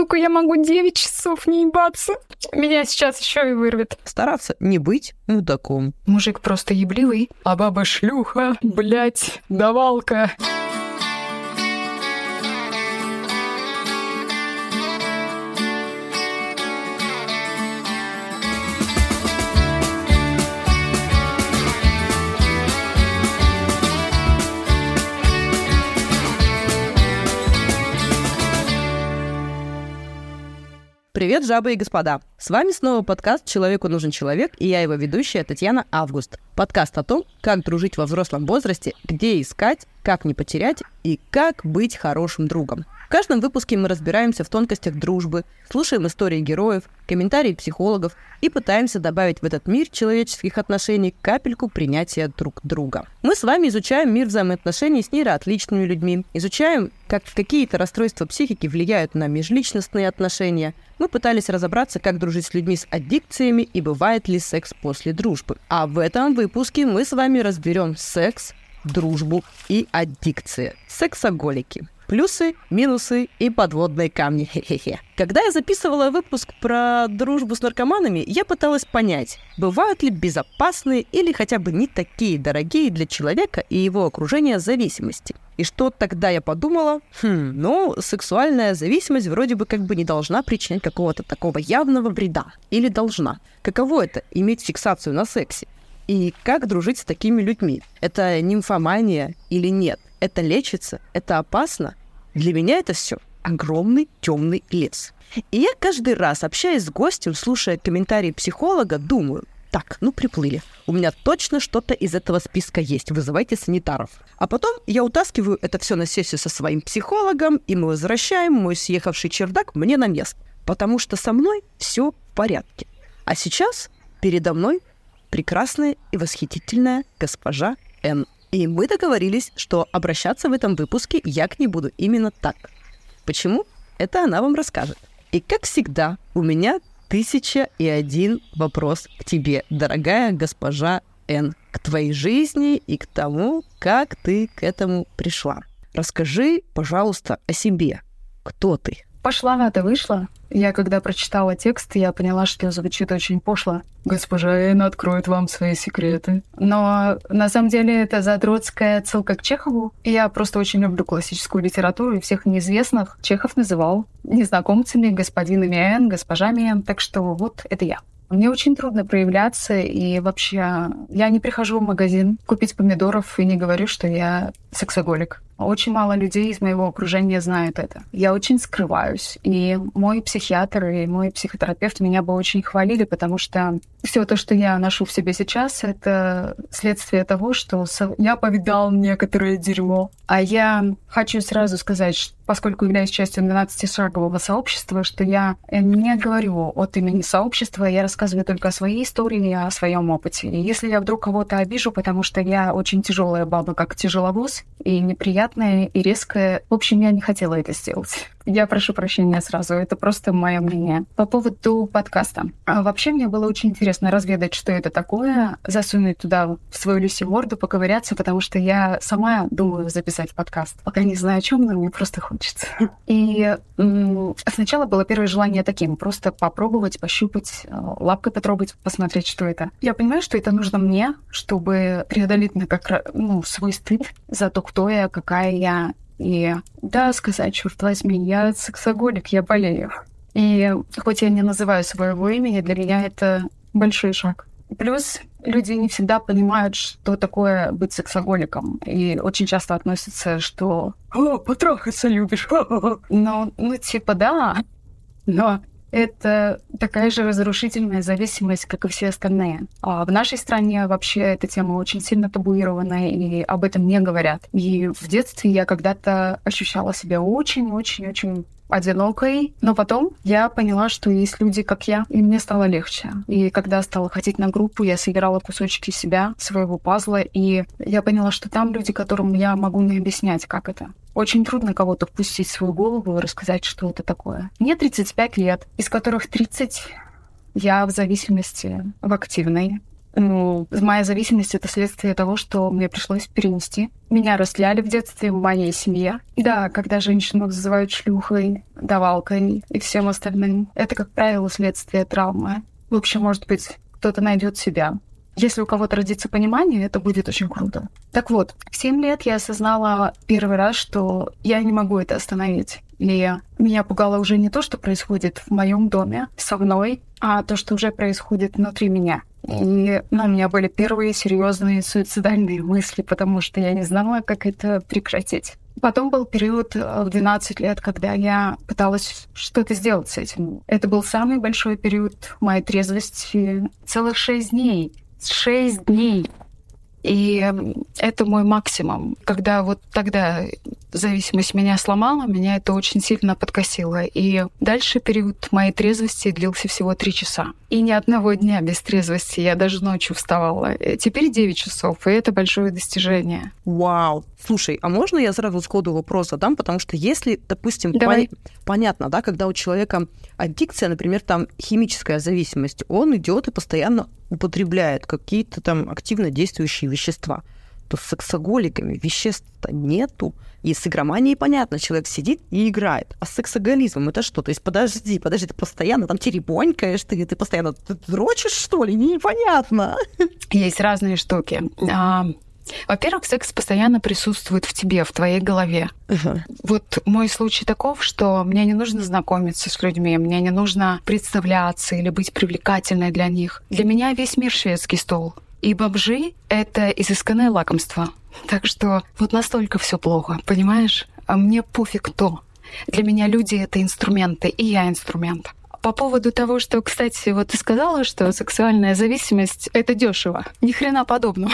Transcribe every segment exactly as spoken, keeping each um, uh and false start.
Только я могу девять часов не ебаться. Меня сейчас еще и вырвет. Стараться не быть мудаком. Мужик просто ебливый, а баба шлюха, блять, давалка. Привет, жабы и господа! С вами снова подкаст «Человеку нужен человек» и я его ведущая Татьяна Август. Подкаст о том, как дружить во взрослом возрасте, где искать, как не потерять и как быть хорошим другом. В каждом выпуске мы разбираемся в тонкостях дружбы, слушаем истории героев, комментарии психологов и пытаемся добавить в этот мир человеческих отношений капельку принятия друг друга. Мы с вами изучаем мир взаимоотношений с нейроотличными людьми, изучаем, как какие-то расстройства психики влияют на межличностные отношения. Мы пытались разобраться, как дружить с людьми с аддикциями и бывает ли секс после дружбы. А в этом выпуске мы с вами разберем секс, дружбу и аддикции. Сексоголики. Плюсы, минусы и подводные камни. Хе-хе-хе. Когда я записывала выпуск про дружбу с наркоманами, я пыталась понять, бывают ли безопасные или хотя бы не такие дорогие для человека и его окружения зависимости. И что тогда я подумала? Хм, ну, сексуальная зависимость вроде бы как бы не должна причинять какого-то такого явного вреда. Или должна. Каково это — иметь фиксацию на сексе? И как дружить с такими людьми? Это нимфомания или нет? Это лечится? Это опасно? Для меня это все огромный темный лес. И я каждый раз, общаясь с гостем, слушая комментарии психолога, думаю, так, ну приплыли. У меня точно что-то из этого списка есть. Вызывайте санитаров. А потом я утаскиваю это все на сессию со своим психологом, и мы возвращаем мой съехавший чердак мне на место. Потому что со мной все в порядке. А сейчас передо мной прекрасная и восхитительная госпожа Н. И мы договорились, что обращаться в этом выпуске я к ней буду именно так. Почему? Это она вам расскажет. И как всегда, у меня тысяча и один вопрос к тебе, дорогая госпожа Н. К твоей жизни и к тому, как ты к этому пришла. Расскажи, пожалуйста, о себе. Кто ты? Пошла на это вышла. Я, когда прочитала текст, я поняла, что звучит очень пошло. Госпожа Н откроет вам свои секреты. Но на самом деле это задротская отсылка к Чехову. Я просто очень люблю классическую литературу, и всех неизвестных Чехов называл незнакомцами, господинами Н, госпожами Н. Так что вот это я. Мне очень трудно проявляться, и вообще я не прихожу в магазин купить помидоров и не говорю, что я сексоголик. Очень мало людей из моего окружения знают это. Я очень скрываюсь, и мой психиатр и мой психотерапевт меня бы очень хвалили, потому что все то, что я ношу в себе сейчас, это следствие того, что я повидал некоторое дерьмо. А я хочу сразу сказать, что поскольку являюсь частью двенадцатишагового сообщества, что я не говорю от имени сообщества, я рассказываю только о своей истории и о своем опыте. И если я вдруг кого-то обижу, потому что я очень тяжелая баба, как тяжеловоз, и неприятная, и резкая, в общем, я не хотела это сделать. Я прошу прощения сразу, это просто мое мнение. По поводу подкаста. А вообще мне было очень интересно разведать, что это такое, засунуть туда в свою лисью морду, поковыряться, потому что я сама думаю записать подкаст. Пока не знаю о чем, но мне просто хочется. И м- сначала было первое желание таким, просто попробовать, пощупать, лапкой потрогать, посмотреть, что это. Я понимаю, что это нужно мне, чтобы преодолеть ну, как, ну, свой стыд за то, кто я, какая я. И да, сказать, черт возьми, я сексоголик, я болею. И хоть я не называю своего имени, для меня это большой шаг. Плюс люди не всегда понимают, что такое быть сексоголиком. И очень часто относятся, что «О, потрахаться любишь!» Но, ну, типа, да, но это такая же разрушительная зависимость, как и все остальные. А в нашей стране вообще эта тема очень сильно табуированная, и об этом не говорят. И в детстве я когда-то ощущала себя очень-очень-очень одинокой, но потом я поняла, что есть люди, как я, и мне стало легче. И когда стала ходить на группу, я собирала кусочки себя, своего пазла, и я поняла, что там люди, которым я могу не объяснять, как это. Очень трудно кого-то впустить в свою голову и рассказать, что это такое. Мне тридцать пять лет, из которых тридцать я в зависимости, в активной. Ну, моя зависимость — это следствие того, что мне пришлось перенести. Меня расстреляли в детстве в моей семье. Да, когда женщину называют шлюхой, давалкой и всем остальным, это, как правило, следствие травмы. В общем, может быть, кто-то найдет себя. Если у кого-то родится понимание, это будет очень круто. Так вот, в семь лет я осознала первый раз, что я не могу это остановить. И меня пугало уже не то, что происходит в моем доме со мной, а то, что уже происходит внутри меня. И ну, у меня были первые серьезные суицидальные мысли, потому что я не знала, как это прекратить. Потом был период в двенадцать лет, когда я пыталась что-то сделать с этим. Это был самый большой период моей трезвости. Целых шесть дней. Шесть дней. И это мой максимум. Когда вот тогда зависимость меня сломала, меня это очень сильно подкосило. И дальше период моей трезвости длился всего три часа. И ни одного дня без трезвости. Я даже ночью вставала. Теперь девять часов, и это большое достижение. Вау! Слушай, а можно я сразу сходу вопрос задам? Потому что если, допустим, пон... понятно, да, когда у человека аддикция, например, там химическая зависимость, он идет и постоянно употребляет какие-то там активно действующие вещества, то с сексоголиками веществ-то нету. И с игроманией, понятно, человек сидит и играет. А с сексоголизмом это что? То есть подожди, подожди, ты постоянно там теребонькаешь, ты, ты постоянно ты дрочишь, что ли? Непонятно. Есть разные штуки. А, во-первых, секс постоянно присутствует в тебе, в твоей голове. Uh-huh. Вот мой случай таков, что мне не нужно знакомиться с людьми, мне не нужно представляться или быть привлекательной для них. Для меня весь мир шведский стол. И бомжи — это изысканное лакомство. Так что вот настолько все плохо, понимаешь? А мне пофиг кто. Для меня люди — это инструменты, и я инструмент. По поводу того, что, кстати, вот ты сказала, что сексуальная зависимость — это дешево. Ни хрена подобного.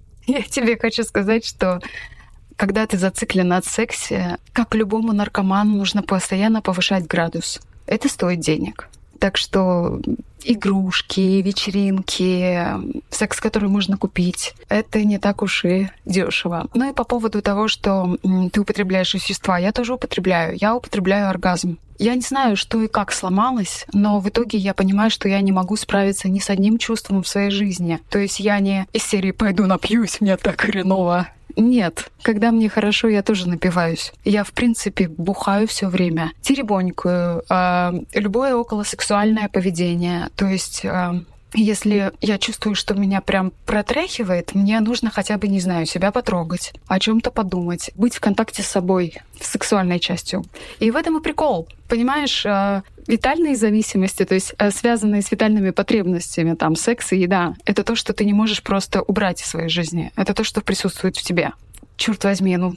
Я тебе хочу сказать, что когда ты зациклен на сексе, как любому наркоману, нужно постоянно повышать градус. Это стоит денег. Так что игрушки, вечеринки, секс, который можно купить, это не так уж и дешево. Ну и по поводу того, что ты употребляешь вещества, я тоже употребляю. Я употребляю оргазм. Я не знаю, что и как сломалось, но в итоге я понимаю, что я не могу справиться ни с одним чувством в своей жизни. То есть я не из серии «пойду напьюсь, мне так хреново». Нет, когда мне хорошо, я тоже напиваюсь. Я, в принципе, бухаю все время, теребонькаю, э, любое околосексуальное поведение. То есть, э, если я чувствую, что меня прям протряхивает, мне нужно хотя бы, не знаю, себя потрогать, о чем-то подумать, быть в контакте с собой, с сексуальной частью. И в этом и прикол. Понимаешь, э, витальные зависимости, то есть э, связанные с витальными потребностями, там, секс и еда, это то, что ты не можешь просто убрать из своей жизни. Это то, что присутствует в тебе. Черт возьми, ну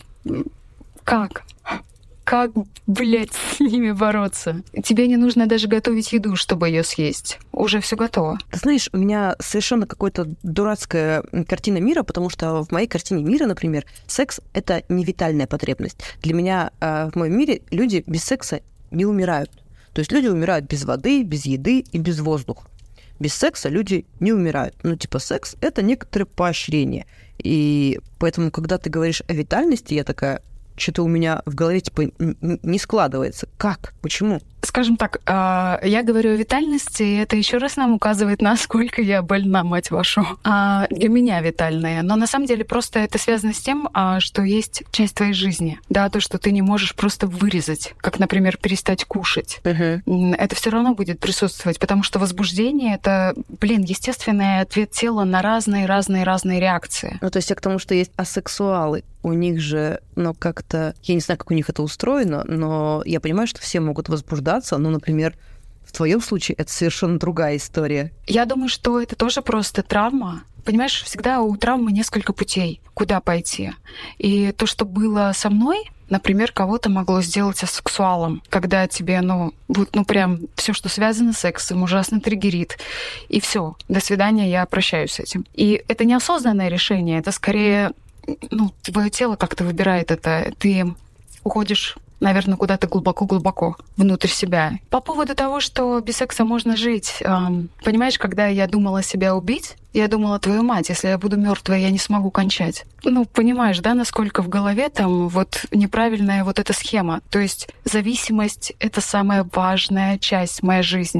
как? Как, блядь, с ними бороться? Тебе не нужно даже готовить еду, чтобы ее съесть. Уже все готово. Ты знаешь, у меня совершенно какая-то дурацкая картина мира, потому что в моей картине мира, например, секс — это не витальная потребность. Для меня э, в моем мире люди без секса не умирают. То есть люди умирают без воды, без еды и без воздуха. Без секса люди не умирают. Ну, типа, секс — это некоторое поощрение. И поэтому, когда ты говоришь о витальности, я такая... Что-то у меня в голове, типа, не складывается. Как? Почему? Скажем так, я говорю о витальности, и это еще раз нам указывает, насколько я больна, мать вашу. А для меня витальная. Но на самом деле просто это связано с тем, что есть часть твоей жизни. Да, то, что ты не можешь просто вырезать, как, например, перестать кушать. Uh-huh. Это все равно будет присутствовать, потому что возбуждение — это, блин, естественный ответ тела на разные-разные-разные реакции. Ну, то есть я к тому, что есть асексуалы. У них же, ну, как-то... Я не знаю, как у них это устроено, но я понимаю, что все могут возбуждаться. Ну, например, в твоем случае это совершенно другая история. Я думаю, что это тоже просто травма. Понимаешь, всегда у травмы несколько путей, куда пойти. И то, что было со мной, например, кого-то могло сделать асексуалом, когда тебе, ну, вот, ну, прям все, что связано с сексом, ужасно триггерит. И все, до свидания, я прощаюсь с этим. И это неосознанное решение, это скорее... Ну, твое тело как-то выбирает это. Ты уходишь, наверное, куда-то глубоко-глубоко внутрь себя. По поводу того, что без секса можно жить. Эм, понимаешь, когда я думала себя убить, я думала, твою мать, если я буду мертвая, я не смогу кончать. Ну, понимаешь, да, насколько в голове там вот неправильная вот эта схема. То есть зависимость — это самая важная часть моей жизни.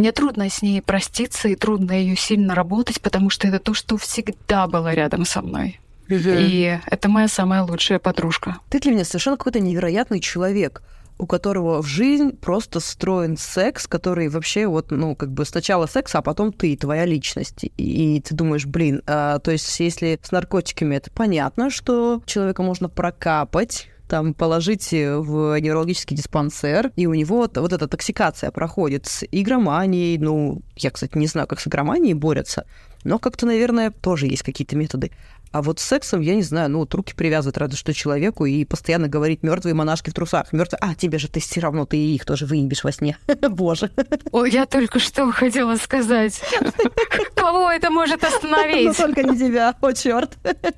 мне трудно с ней проститься и трудно ее сильно работать, потому что это то, что всегда было рядом со мной. И это моя самая лучшая подружка. Ты для меня совершенно какой-то невероятный человек, у которого в жизнь просто встроен секс, который вообще вот, ну, как бы сначала секс, а потом ты, твоя личность. И ты думаешь, блин, а, то есть если с наркотиками это понятно, что человека можно прокапать, там, положить в неврологический диспансер, и у него вот, вот эта токсикация проходит с игроманией. Ну, я, кстати, не знаю, как с игроманией борются, но как-то, наверное, тоже есть какие-то методы. А вот с сексом, я не знаю, ну, вот руки привязывать разве что человеку и постоянно говорить мертвые монашки в трусах. Мертвые, а, тебе же ты все равно, ты их тоже выебешь во сне. Боже. Ой, я только что хотела сказать. Кого это может остановить? Ну, только не тебя, о, черт.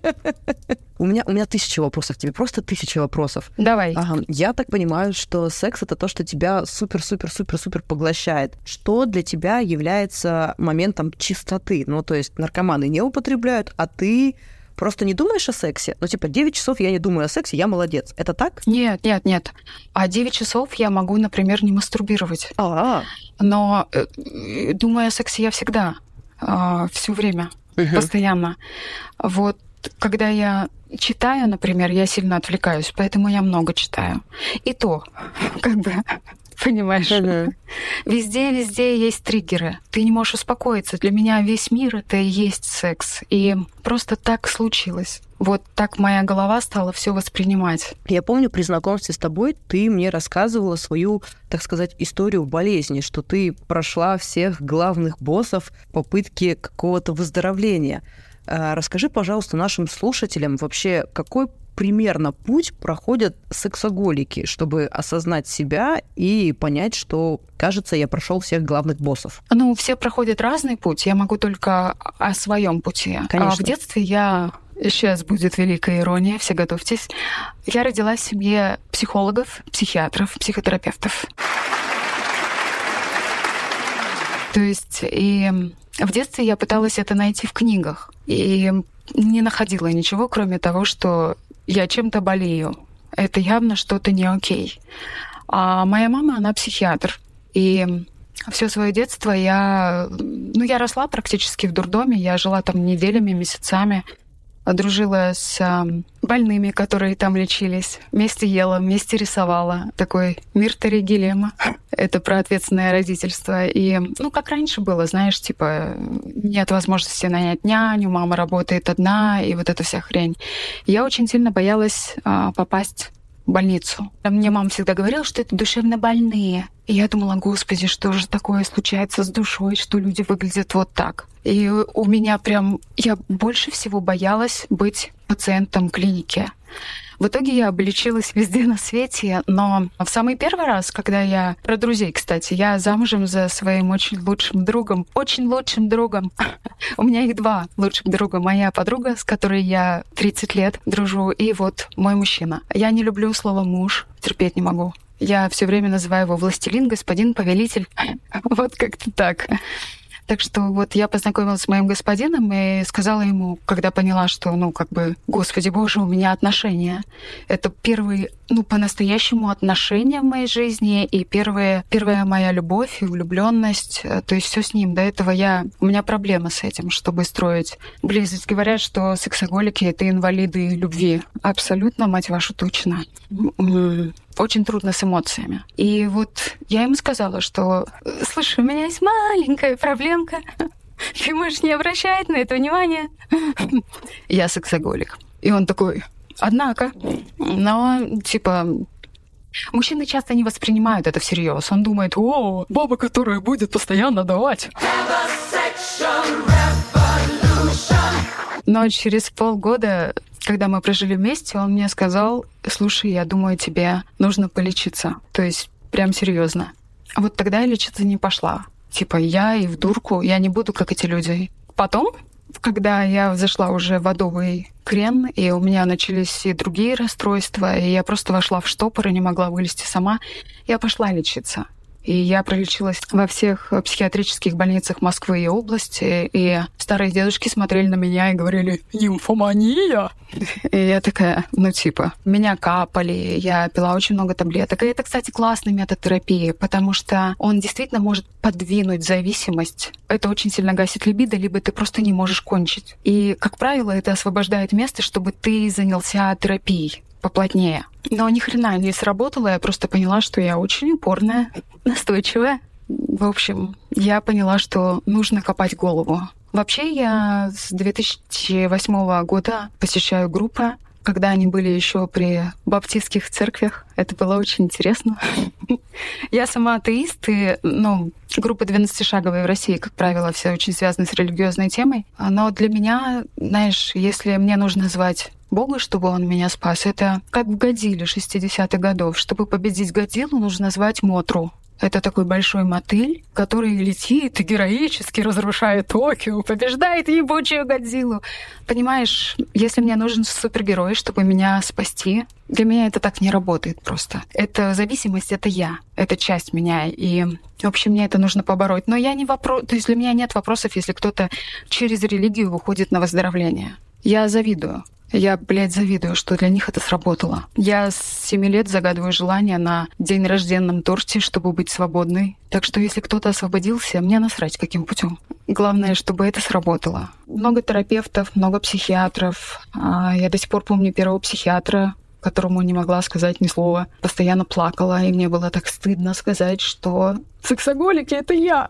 У меня, у меня тысяча вопросов к тебе, просто тысяча вопросов. Давай. Ага. Я так понимаю, что секс — это то, что тебя супер-супер-супер-супер поглощает. Что для тебя является моментом чистоты? Ну, то есть наркоманы не употребляют, а ты просто не думаешь о сексе? Ну, типа, девять часов я не думаю о сексе, я молодец. Это так? Нет, нет, нет. А девять часов я могу, например, не мастурбировать. А-а. Но э, думаю о сексе я всегда, э, все время, угу. Постоянно. Вот. Когда я читаю, например, я сильно отвлекаюсь, поэтому я много читаю. И то, как бы, понимаешь, uh-huh. везде-везде есть триггеры. Ты не можешь успокоиться. Для меня весь мир — это и есть секс. И просто так случилось. Вот так моя голова стала все воспринимать. Я помню, при знакомстве с тобой ты мне рассказывала свою, так сказать, историю болезни, что ты прошла всех главных боссов в попытке какого-то выздоровления. Расскажи, пожалуйста, нашим слушателям вообще, какой примерно путь проходят сексоголики, чтобы осознать себя и понять, что, кажется, я прошел всех главных боссов? Ну, все проходят разный путь. Я могу только о своем пути. Конечно. А в детстве я... Сейчас будет великая ирония, все готовьтесь. Я родилась в семье психологов, психиатров, психотерапевтов. То есть и в детстве я пыталась это найти в книгах. И не находила ничего, кроме того, что я чем-то болею. Это явно что-то не окей. А моя мама, она психиатр. И все свое детство я... Ну, я росла практически в дурдоме. Я жила там неделями, месяцами. Дружила с больными, которые там лечились. Вместе ела, вместе рисовала. Такой мир Терри Гиллиама. Это про ответственное родительство. И, ну, как раньше было, знаешь, типа, нет возможности нанять няню, мама работает одна, и вот эта вся хрень. Я очень сильно боялась а, попасть в больницу. Мне мама всегда говорила, что это душевно больные. И я думала, господи, что же такое случается с душой, что люди выглядят вот так. И у меня прям... Я больше всего боялась быть пациентом клиники. В итоге я облечилась везде на свете, но в самый первый раз, когда я... Про друзей, кстати, я замужем за своим очень лучшим другом. Очень лучшим другом. У меня их два лучших друга. Моя подруга, с которой я тридцать лет дружу, и вот мой мужчина. Я не люблю слово «муж», терпеть не могу. Я все время называю его властелин, господин, повелитель. Вот как-то так. Так что вот я познакомилась с моим господином и сказала ему, когда поняла, что, ну, как бы, господи боже, у меня отношения. Это первые, ну, по-настоящему отношения в моей жизни и первая, первая моя любовь и влюбленность. То есть все с ним. До этого я... У меня проблема с этим, чтобы строить близость. Говорят, что сексоголики — это инвалиды любви. Абсолютно, мать вашу, точно. Очень трудно с эмоциями. И вот я ему сказала, что, слушай, у меня есть маленькая проблемка. Ты можешь не обращать на это внимания. Я сексоголик. И он такой, однако, но, типа... Мужчины часто не воспринимают это всерьез. Он думает, о, баба, которая будет постоянно давать. Но через полгода, когда мы прожили вместе, он мне сказал, слушай, я думаю, тебе нужно полечиться. То есть прям серьезно. А вот тогда я лечиться не пошла. Типа я и в дурку, я не буду, как эти люди. Потом, когда я зашла уже в адовый крен, и у меня начались и другие расстройства, и я просто вошла в штопор и не могла вылезти сама, я пошла лечиться. И я пролечилась во всех психиатрических больницах Москвы и области, и старые дедушки смотрели на меня и говорили: «Нимфомания!» И я такая, ну типа, меня капали, я пила очень много таблеток. И это, кстати, классный метод терапии, потому что он действительно может подвинуть зависимость. Это очень сильно гасит либидо, либо ты просто не можешь кончить. И, как правило, это освобождает место, чтобы ты занялся терапией поплотнее. Но ни хрена не сработало, я просто поняла, что я очень упорная, настойчивая. В общем, я поняла, что нужно копать голову. Вообще, я с две тысячи восьмого года посещаю группы, когда они были еще при баптистских церквях. Это было очень интересно. Я сама атеист, и, ну, группы двенадцатишаговые в России, как правило, все очень связаны с религиозной темой. Но для меня, знаешь, если мне нужно звать Бога, чтобы он меня спас, это как в Годзилле шестидесятых годов. Чтобы победить Годзиллу, нужно звать Мотру. Это такой большой мотыль, который летит и героически разрушает Токио, побеждает ебучую Годзиллу. Понимаешь, если мне нужен супергерой, чтобы меня спасти, для меня это так не работает просто. Это зависимость, это я, это часть меня. И, в общем, мне это нужно побороть. Но я не вопрос, то есть для меня нет вопросов, если кто-то через религию выходит на выздоровление. Я завидую. Я, блядь, завидую, что для них это сработало. Я с семи лет загадываю желание на день рожденном торте, чтобы быть свободной. Так что если кто-то освободился, мне насрать, каким путем. Главное, чтобы это сработало. Много терапевтов, много психиатров. Я до сих пор помню первого психиатра, которому не могла сказать ни слова. Постоянно плакала, и мне было так стыдно сказать, что сексоголики — это я.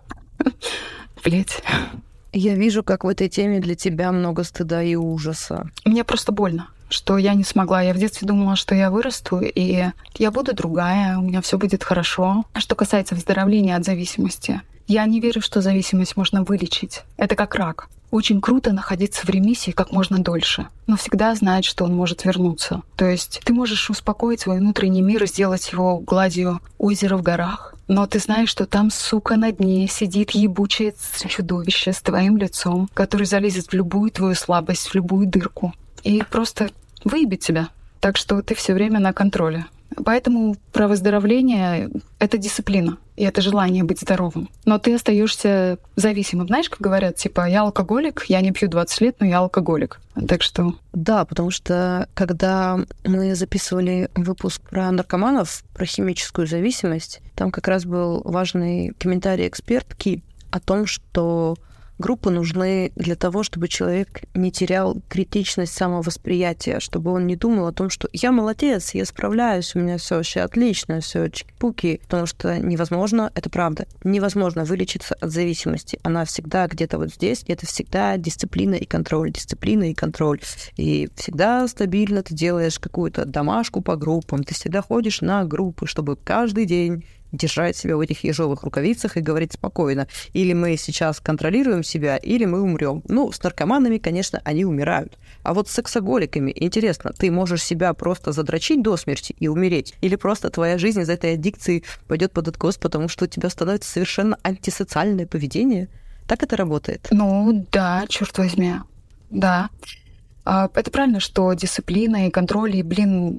Блядь. Я вижу, как в этой теме для тебя много стыда и ужаса. Мне просто больно, что я не смогла. Я в детстве думала, что я вырасту, и я буду другая, у меня все будет хорошо. А что касается выздоровления от зависимости, я не верю, что зависимость можно вылечить. Это как рак. Очень круто находиться в ремиссии как можно дольше, но всегда знать, что он может вернуться. То есть ты можешь успокоить свой внутренний мир и сделать его гладью озера в горах, но ты знаешь, что там, сука, на дне сидит ебучее чудовище с твоим лицом, который залезет в любую твою слабость, в любую дырку и просто выебет тебя. Так что ты все время на контроле. Поэтому про выздоровление — это дисциплина, и это желание быть здоровым. Но ты остаешься зависимым. Знаешь, как говорят, типа, я алкоголик, я не пью двадцать лет, но я алкоголик. Так что... Да, потому что когда мы записывали выпуск про наркоманов, про химическую зависимость, там как раз был важный комментарий экспертки о том, что группы нужны для того, чтобы человек не терял критичность самовосприятия, чтобы он не думал о том, что я молодец, я справляюсь, у меня все вообще отлично, все чики-пуки, потому что невозможно, это правда, невозможно вылечиться от зависимости. Она всегда где-то вот здесь, и это всегда дисциплина и контроль, дисциплина и контроль. И всегда стабильно ты делаешь какую-то домашку по группам, ты всегда ходишь на группы, чтобы каждый день держать себя в этих ежовых рукавицах и говорить спокойно. Или мы сейчас контролируем себя, или мы умрем. Ну, с наркоманами, конечно, они умирают. А вот с сексоголиками, интересно, ты можешь себя просто задрочить до смерти и умереть? Или просто твоя жизнь из этой аддикции пойдет под откос, потому что у тебя становится совершенно антисоциальное поведение? Так это работает? Ну, да, черт возьми. Да. Это правильно, что дисциплина и контроль, и, блин,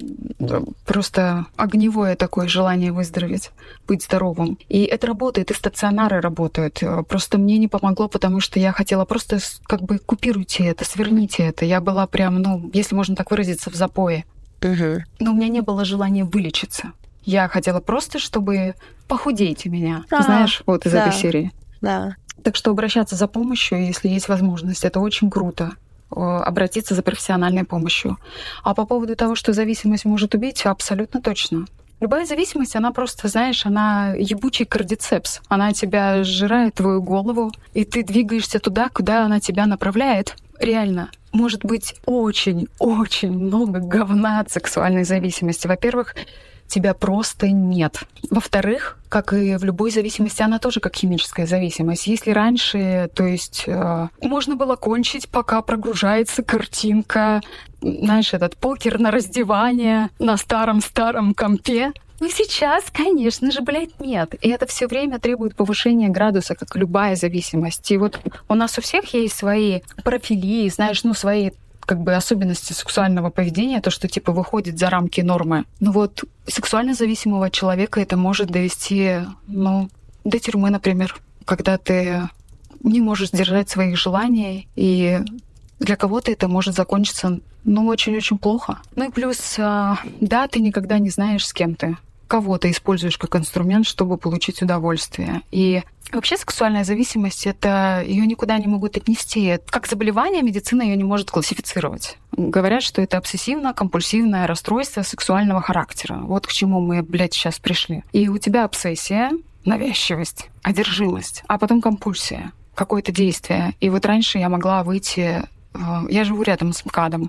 просто огневое такое желание выздороветь, быть здоровым. И это работает, и стационары работают. Просто мне не помогло, потому что я хотела просто как бы купируйте это, сверните это. Я была прям, ну, если можно так выразиться, в запое. Угу. Но у меня не было желания вылечиться. Я хотела просто, чтобы похудейте меня. А, знаешь, вот из да. этой серии. Да. Так что обращаться за помощью, если есть возможность, это очень круто. Обратиться за профессиональной помощью. А по поводу того, что зависимость может убить, абсолютно точно. Любая зависимость, она просто, знаешь, она ебучий кардицепс. Она тебя сжирает, твою голову, и ты двигаешься туда, куда она тебя направляет. Реально, может быть очень-очень много говна от сексуальной зависимости. Во-первых, тебя просто нет. Во-вторых, как и в любой зависимости, она тоже как химическая зависимость. Если раньше, то есть, э, можно было кончить, пока прогружается картинка, знаешь, этот покер на раздевание на старом-старом компе, ну сейчас, конечно же, блядь, нет. И это все время требует повышения градуса, как любая зависимость. И вот у нас у всех есть свои профили, знаешь, ну, свои как бы особенности сексуального поведения, то, что типа выходит за рамки нормы. Ну вот сексуально зависимого человека это может довести, ну, до тюрьмы, например, когда ты не можешь сдержать своих желаний, и для кого-то это может закончиться, ну, очень-очень плохо. Ну и плюс, да, ты никогда не знаешь, с кем ты. Кого ты используешь как инструмент, чтобы получить удовольствие. И вообще сексуальная зависимость, это ее никуда не могут отнести. Как заболевание медицина ее не может классифицировать. Говорят, что это обсессивно-компульсивное расстройство сексуального характера. Вот к чему мы, блядь, сейчас пришли. И у тебя обсессия, навязчивость, одержимость, а потом компульсия, какое-то действие. И вот раньше я могла выйти... Я живу рядом с МКАДом,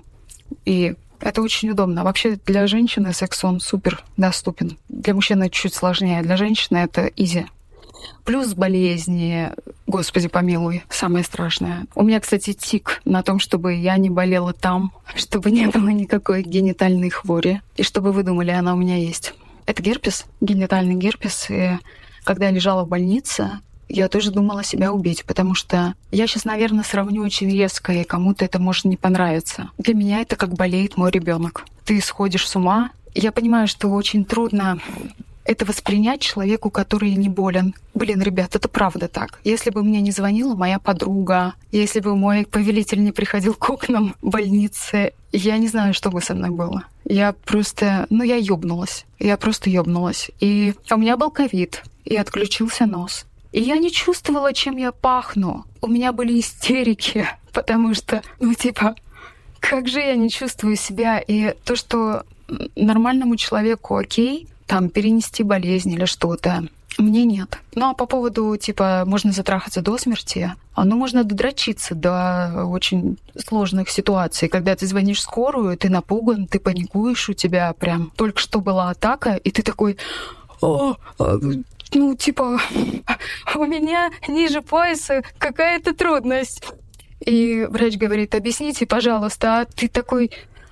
и это очень удобно. Вообще для женщины секс, он супер доступен. Для мужчины это чуть сложнее, для женщины это изи. Плюс болезни, господи помилуй, самое страшное. У меня, кстати, тик на том, чтобы я не болела там, чтобы не было никакой генитальной хвори, и чтобы вы думали, она у меня есть. Это герпес, генитальный герпес, и когда я лежала в больнице, я тоже думала себя убить, потому что я сейчас, наверное, сравню очень резко, и кому-то это может не понравиться. Для меня это как болеет мой ребенок. Ты сходишь с ума. Я понимаю, что очень трудно это воспринять человеку, который не болен. Блин, ребят, это правда так. Если бы мне не звонила моя подруга, если бы мой повелитель не приходил к окнам больницы, я не знаю, что бы со мной было. Я просто... Ну, я ёбнулась. Я просто ёбнулась. И у меня был ковид, и отключился нос. И я не чувствовала, чем я пахну. У меня были истерики, потому что, ну, типа, как же я не чувствую себя? И то, что нормальному человеку окей, там, перенести болезнь или что-то, мне нет. Ну, а по поводу, типа, можно затрахаться до смерти, ну, можно додрочиться до очень сложных ситуаций. Когда ты звонишь в скорую, ты напуган, ты паникуешь, у тебя прям только что была атака, и ты такой... О, ну, типа, у меня ниже пояса какая-то трудность. И врач говорит, объясните, пожалуйста, а ты такой,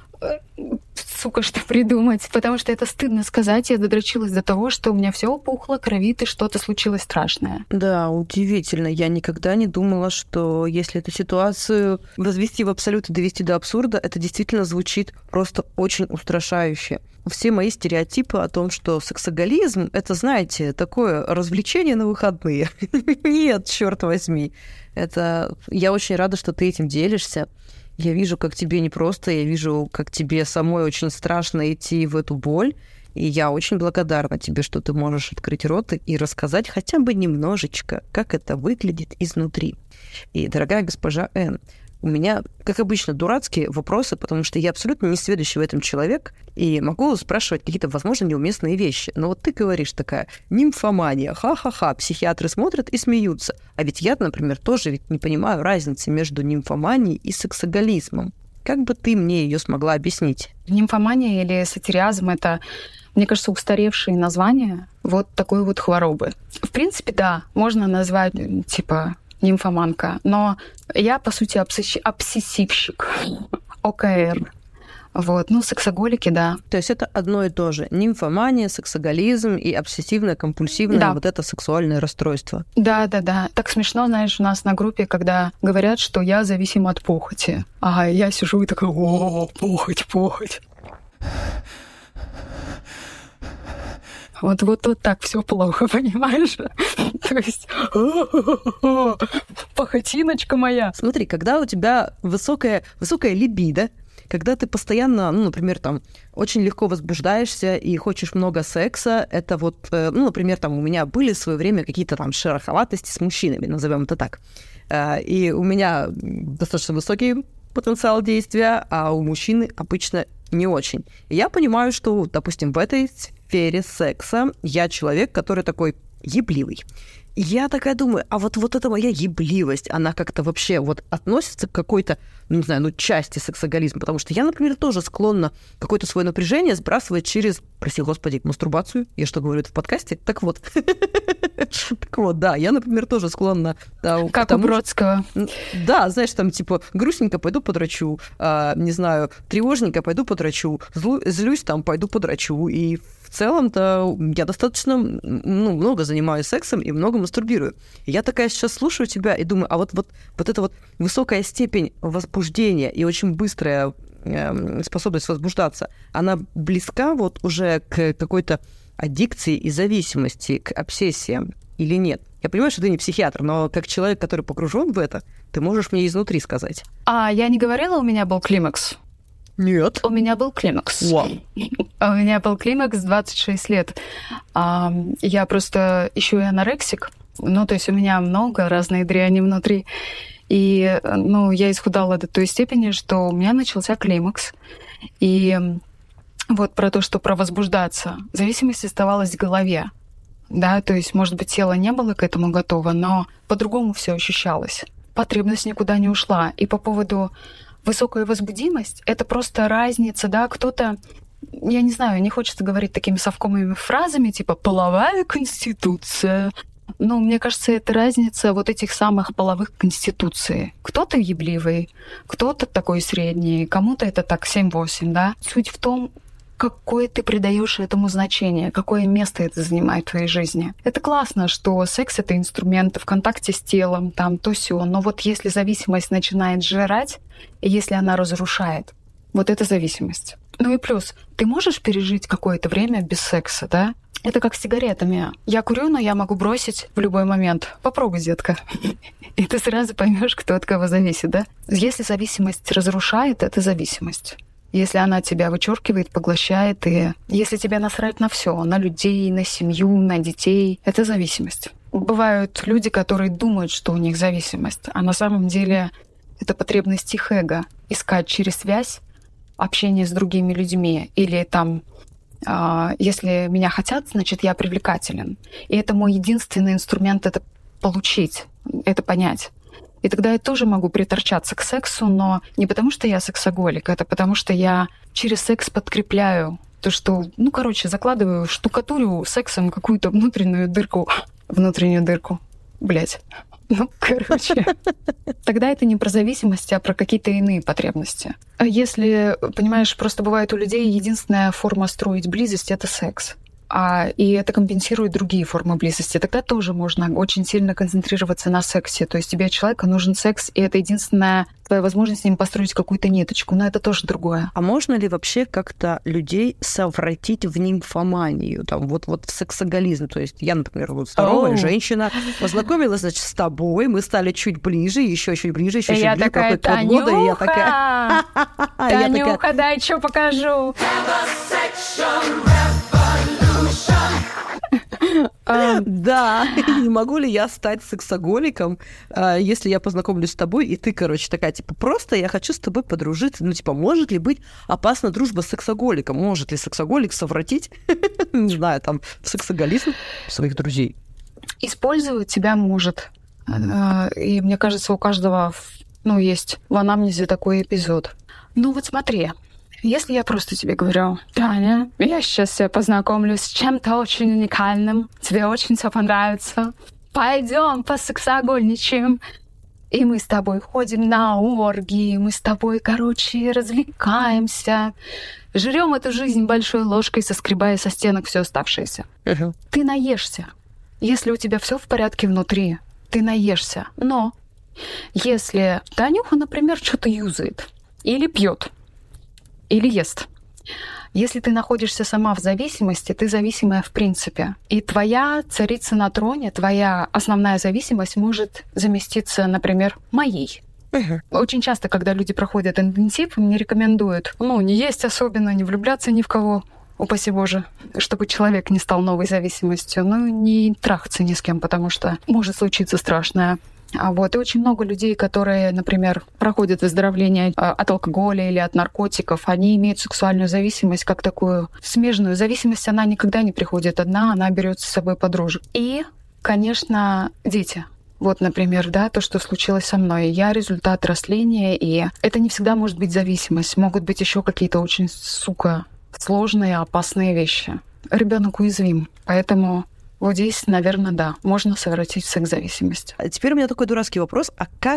сука, что придумать? Потому что это стыдно сказать. Я додрочилась до того, что у меня все опухло, кровит, и что-то случилось страшное. Да, удивительно. Я никогда не думала, что если эту ситуацию возвести в абсолют и довести до абсурда, это действительно звучит просто очень устрашающе. Все мои стереотипы о том, что сексоголизм — это, знаете, такое развлечение на выходные. Нет, черт возьми. Это... Я очень рада, что ты этим делишься. Я вижу, как тебе непросто, я вижу, как тебе самой очень страшно идти в эту боль. И я очень благодарна тебе, что ты можешь открыть рот и рассказать хотя бы немножечко, как это выглядит изнутри. И, дорогая госпожа Н, у меня, как обычно, дурацкие вопросы, потому что я абсолютно не сведущий в этом человек и могу спрашивать какие-то, возможно, неуместные вещи. Но вот ты говоришь такая, нимфомания, ха-ха-ха, психиатры смотрят и смеются. А ведь я, например, тоже ведь не понимаю разницы между нимфоманией и сексоголизмом. Как бы ты мне ее смогла объяснить? Нимфомания или сатириазм — это, мне кажется, устаревшие названия вот такой вот хворобы. В принципе, да, можно назвать, типа... нимфоманка. Но я, по сути, обсесси- обсессивщик. ОКР. Вот. Ну, сексоголики, да. То есть это одно и то же. Нимфомания, сексоголизм и обсессивно-компульсивное да. вот это сексуальное расстройство. Да-да-да. Так смешно, знаешь, у нас на группе, когда говорят, что я зависима от похоти. А я сижу и такая, о, похоть, похоть. Вот, вот, вот так все плохо, понимаешь? То есть, похотиночка моя. Смотри, когда у тебя высокая, высокая либидо, когда ты постоянно, ну, например, там, очень легко возбуждаешься и хочешь много секса, это вот, ну, например, там, у меня были в свое время какие-то там шероховатости с мужчинами, назовем это так. И у меня достаточно высокий потенциал действия, а у мужчины обычно не очень. И я понимаю, что, допустим, в этой сфере секса я человек, который такой ебливый. И я такая думаю, а вот, вот эта моя ебливость, она как-то вообще вот относится к какой-то, ну, не знаю, ну, части сексоголизма, потому что я, например, тоже склонна какое-то свое напряжение сбрасывать через, прости господи, мастурбацию. Я что, говорю это в подкасте? Так вот. Так вот, да, я, например, тоже склонна... Как у Бродского. Да, знаешь, там, типа, грустненько пойду подрачу, не знаю, тревожненько пойду подрачу, злюсь там, пойду подрачу, и в целом-то я достаточно ну, много занимаюсь сексом и много мастурбирую. И я такая сейчас слушаю тебя и думаю, а вот, вот, вот эта вот высокая степень возбуждения и очень быстрая э, способность возбуждаться, она близка вот уже к какой-то аддикции и зависимости, к обсессиям или нет? Я понимаю, что ты не психиатр, но как человек, который погружен в это, ты можешь мне изнутри сказать. А я не говорила, у меня был климакс? Нет. У меня был климакс. Вау. У меня был климакс двадцать шесть лет. Я просто еще и анорексик. Ну, то есть у меня много разной дряни внутри. И, ну, я исхудала до той степени, что у меня начался климакс. И вот про то, что про возбуждаться. Зависимость оставалась в голове. Да, то есть, может быть, тело не было к этому готово, но по-другому все ощущалось. Потребность никуда не ушла. И по поводу высокой возбудимости, это просто разница, да, кто-то, я не знаю, не хочется говорить такими совковыми фразами, типа «половая конституция». Но мне кажется, это разница вот этих самых половых конституций. Кто-то ебливый, кто-то такой средний, кому-то это так семь-восемь, да. Суть в том, какое ты придаешь этому значение, какое место это занимает в твоей жизни. Это классно, что секс — это инструмент в контакте с телом, там, то сё, но вот если зависимость начинает жрать, и если она разрушает, вот это зависимость. Ну и плюс, ты можешь пережить какое-то время без секса, да? Это как с сигаретами. Я курю, но я могу бросить в любой момент. Попробуй, детка. И ты сразу поймешь, кто от кого зависит, да? Если зависимость разрушает, это зависимость. Если она тебя вычеркивает, поглощает, и если тебе насрать на все, на людей, на семью, на детей, это зависимость. Бывают люди, которые думают, что у них зависимость, а на самом деле это потребность их эго. Искать через связь общение с другими людьми. Или там, э, если меня хотят, значит, я привлекателен. И это мой единственный инструмент это получить, это понять. И тогда я тоже могу приторчаться к сексу, но не потому, что я сексоголик, это потому, что я через секс подкрепляю то, что, ну, короче, закладываю, штукатурю сексом какую-то внутреннюю дырку. Внутреннюю дырку. Блять. Ну, короче. Тогда это не про зависимость, а про какие-то иные потребности. А если, понимаешь, просто бывает у людей единственная форма строить близость — это секс. А, и это компенсирует другие формы близости. Тогда тоже можно очень сильно концентрироваться на сексе. То есть тебе от человека нужен секс, и это единственная твоя возможность с ним построить какую-то ниточку. Но это тоже другое. А можно ли вообще как-то людей совратить в нимфоманию? Там, вот, вот в сексоголизм. То есть я, например, вот здоровая oh. женщина, познакомилась, значит, с тобой, мы стали чуть ближе, еще чуть ближе, еще чуть ближе. Такая, проходит полгода, и я такая... Танюха, дай что покажу. Uh, да, не могу ли я стать сексоголиком, uh, если я познакомлюсь с тобой, и ты, короче, такая, типа, просто я хочу с тобой подружиться. Ну, типа, может ли быть опасна дружба с сексоголиком? Может ли сексоголик совратить, не знаю, там, в сексоголизм своих друзей? Использовать тебя может. Uh, и мне кажется, у каждого, ну, есть в анамнезе такой эпизод. Ну, вот смотри. Если я просто тебе говорю: Таня, я сейчас тебя познакомлюсь с чем-то очень уникальным, тебе очень все понравится, пойдем посексогольничаем, и мы с тобой ходим на оргии, мы с тобой, короче, развлекаемся, жрем эту жизнь большой ложкой, соскребая со стенок все оставшееся. Uh-huh. Ты наешься. Если у тебя все в порядке внутри, ты наешься. Но если Танюха, например, что-то юзает или пьет, или ест. Если ты находишься сама в зависимости, ты зависимая в принципе. И твоя царица на троне, твоя основная зависимость может заместиться, например, моей. Uh-huh. Очень часто, когда люди проходят интенсив, мне рекомендуют, ну, не есть особенно, не влюбляться ни в кого, упаси Боже, чтобы человек не стал новой зависимостью, ну, не трахаться ни с кем, потому что может случиться страшное. А вот, и очень много людей, которые, например, проходят выздоровление от алкоголя или от наркотиков, они имеют сексуальную зависимость как такую смежную. Зависимость, она никогда не приходит одна, она берет с собой подружек. И, конечно, дети. Вот, например, да, то, что случилось со мной. Я результат растления, и это не всегда может быть зависимость. Могут быть еще какие-то очень, сука, сложные, опасные вещи. Ребенок уязвим, поэтому... Вот здесь, наверное, да, можно совратить секс-зависимость. А теперь у меня такой дурацкий вопрос. А как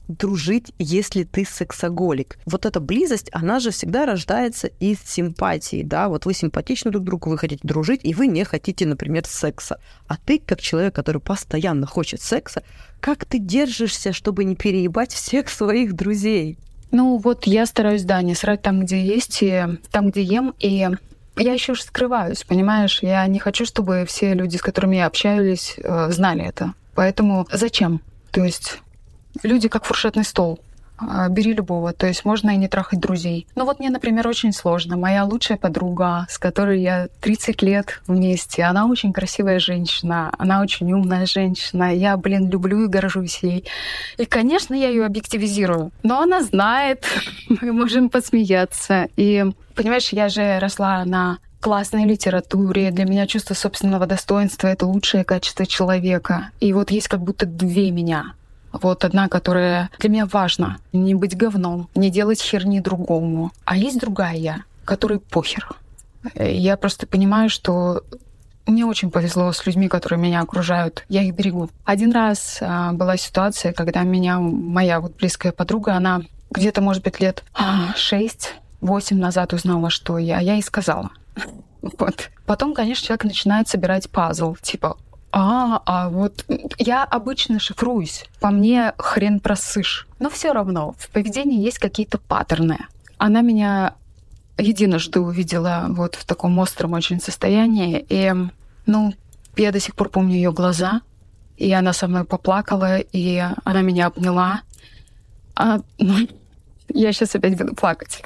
дружить, если ты сексоголик? Вот эта близость, она же всегда рождается из симпатии, да? Вот вы симпатичны друг другу, вы хотите дружить, и вы не хотите, например, секса. А ты, как человек, который постоянно хочет секса, как ты держишься, чтобы не переебать всех своих друзей? Ну вот я стараюсь, да, не срать там, где есть, и там, где ем, и я еще скрываюсь, понимаешь? Я не хочу, чтобы все люди, с которыми я общаюсь, знали это. Поэтому зачем? То есть люди как фуршетный стол. Бери любого. То есть можно и не трахать друзей. Ну вот мне, например, очень сложно. Моя лучшая подруга, с которой я тридцать лет вместе, она очень красивая женщина, она очень умная женщина. Я, блин, люблю и горжусь ей. И, конечно, я ее объективизирую. Но она знает, мы можем посмеяться. И, понимаешь, я же росла на классной литературе. Для меня чувство собственного достоинства — это лучшее качество человека. И вот есть как будто две меня. Вот одна, которая для меня важна. Не быть говном, не делать херни другому. А есть другая я, которой похер. Я просто понимаю, что мне очень повезло с людьми, которые меня окружают. Я их берегу. Один раз а, была ситуация, когда меня моя вот близкая подруга, она где-то, может быть, лет шесть-восемь назад узнала, что я. Я ей сказала. Вот. Потом, конечно, человек начинает собирать пазл. Типа, А, а вот я обычно шифруюсь. По мне хрен просышь. Но все равно в поведении есть какие-то паттерны. Она меня единожды увидела вот в таком остром очень состоянии. И, ну, я до сих пор помню ее глаза. И она со мной поплакала, и она меня обняла. А, ну, я сейчас опять буду плакать.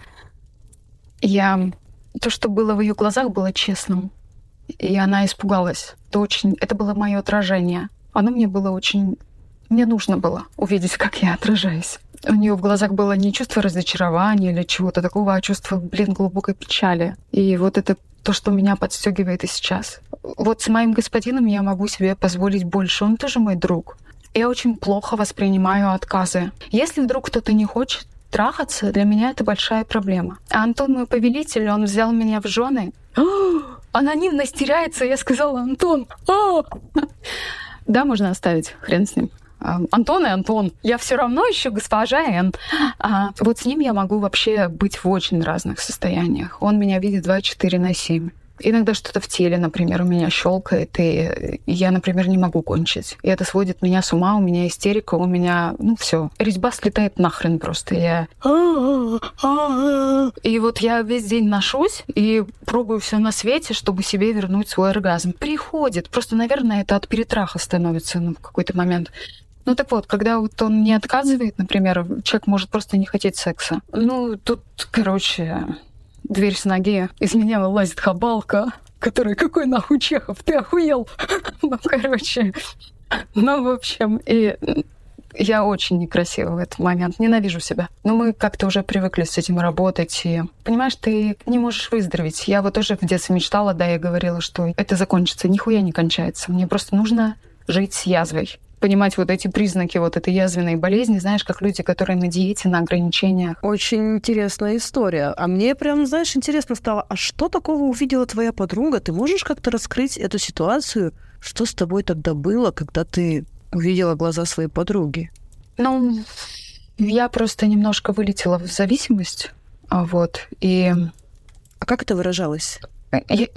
Я... То, что было в ее глазах, было честным. И она испугалась. Это, очень... это было мое отражение. Оно мне было очень... Мне нужно было увидеть, как я отражаюсь. У нее в глазах было не чувство разочарования или чего-то такого, а чувство, блин, глубокой печали. И вот это то, что меня подстегивает и сейчас. Вот с моим господином я могу себе позволить больше. Он тоже мой друг. Я очень плохо воспринимаю отказы. Если вдруг кто-то не хочет трахаться, для меня это большая проблема. А Антон, мой повелитель, он взял меня в жены. Анонимность теряется, я сказала, Антон. Да, можно оставить, хрен с ним. Антон и Антон. Я все равно еще госпожа Н. А вот с ним я могу вообще быть в очень разных состояниях. Он меня видит двадцать четыре на семь. Иногда что-то в теле, например, у меня щелкает, и я, например, не могу кончить. И это сводит меня с ума, у меня истерика, у меня, ну, все. Резьба слетает нахрен просто. Я... И вот я весь день ношусь и пробую все на свете, чтобы себе вернуть свой оргазм. Приходит. Просто, наверное, это от перетраха становится ну, в какой-то момент. Ну так вот, когда вот он не отказывает, например, человек может просто не хотеть секса. Ну, тут, короче... Дверь с ноги, из меня вылазит хабалка, которая, какой нахуй Чехов, ты охуел? Ну, короче, ну, в общем, и я очень некрасива в этот момент, ненавижу себя. Но мы как-то уже привыкли с этим работать, и, понимаешь, ты не можешь выздороветь. Я вот тоже в детстве мечтала, да, я говорила, что это закончится, нихуя не кончается. Мне просто нужно жить с язвой. Понимать вот эти признаки вот этой язвенной болезни, знаешь, как люди, которые на диете, на ограничениях. Очень интересная история. А мне прям, знаешь, интересно стало, а что такого увидела твоя подруга? Ты можешь как-то раскрыть эту ситуацию? Что с тобой тогда было, когда ты увидела глаза своей подруги? Ну, я просто немножко вылетела в зависимость, вот, и... А как это выражалось? Я...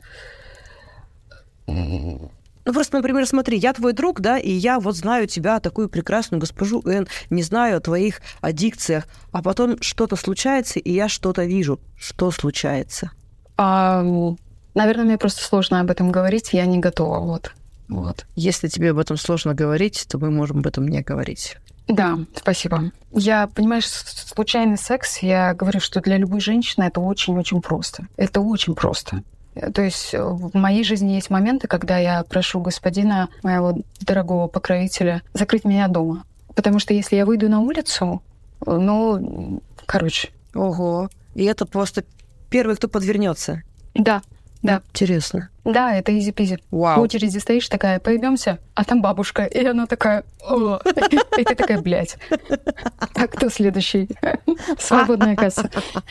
Ну, просто, например, смотри, я твой друг, да, и я вот знаю тебя, такую прекрасную госпожу Н, не знаю о твоих аддикциях, а потом что-то случается, и я что-то вижу. Что случается? А, наверное, мне просто сложно об этом говорить, я не готова, вот. Вот. Если тебе об этом сложно говорить, то мы можем об этом не говорить. Да, спасибо. Я, понимаешь, случайный секс, я говорю, что для любой женщины это очень-очень просто. Это очень просто. То есть в моей жизни есть моменты, когда я прошу господина, моего дорогого покровителя, закрыть меня дома. Потому что если я выйду на улицу, ну, короче. Ого. И это просто первый, кто подвернется. Да, да. Интересно. Да, это изи-пизи. Вау. В очереди стоишь такая, поебемся, а там бабушка, и она такая, о, и ты такая, блядь. А кто следующий? Свободная касса.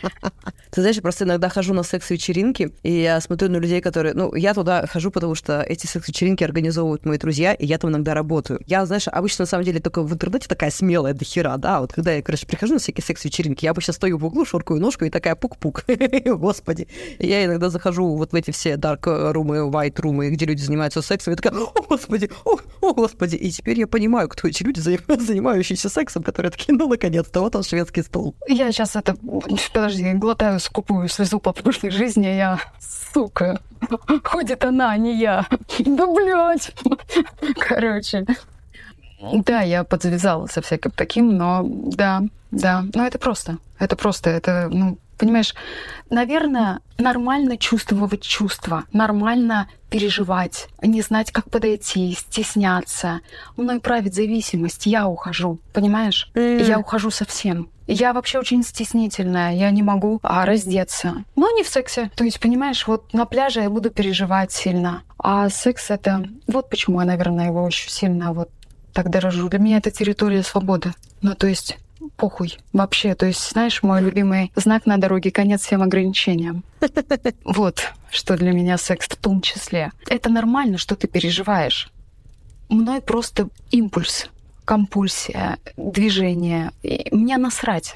Ты знаешь, я просто иногда хожу на секс-вечеринки, и я смотрю на людей, которые... Ну, я туда хожу, потому что эти секс-вечеринки организовывают мои друзья, и я там иногда работаю. Я, знаешь, обычно, на самом деле, только в интернете такая смелая до хера, да, вот когда я, короче, прихожу на всякие секс-вечеринки, я обычно стою в углу, шоркаю ножку и такая пук-пук. Господи. И я иногда захожу вот в эти все дарк-румы, white-румы, где люди занимаются сексом, и такая, о, господи, о, о, господи. И теперь я понимаю, кто эти люди, занимающиеся сексом, которые такие, ну, наконец-то, вот он шведский стол. Я сейчас это... Подожди, глотаю скупую слезу по прошлой жизни, я... Сука. Ходит она, а не я. Да, блядь. Короче. Да, я подзавязала со всяким таким, но да, да. Но это просто. Это просто, это, ну, понимаешь, наверное, нормально чувствовать чувства, нормально переживать, не знать, как подойти, стесняться. Мной правит зависимость, я ухожу, понимаешь? Mm. Я ухожу совсем. Я вообще очень стеснительная, я не могу а, раздеться. Но не в сексе. То есть, понимаешь, вот на пляже я буду переживать сильно. А секс — это... Вот почему я, наверное, его очень сильно вот так дорожу. Для меня это территория свободы. Ну, то есть... Похуй. Вообще, то есть, знаешь, мой любимый знак на дороге — конец всем ограничениям. Вот, что для меня секс в том числе. Это нормально, что ты переживаешь. Мной просто импульс, компульсия, движение. И мне насрать.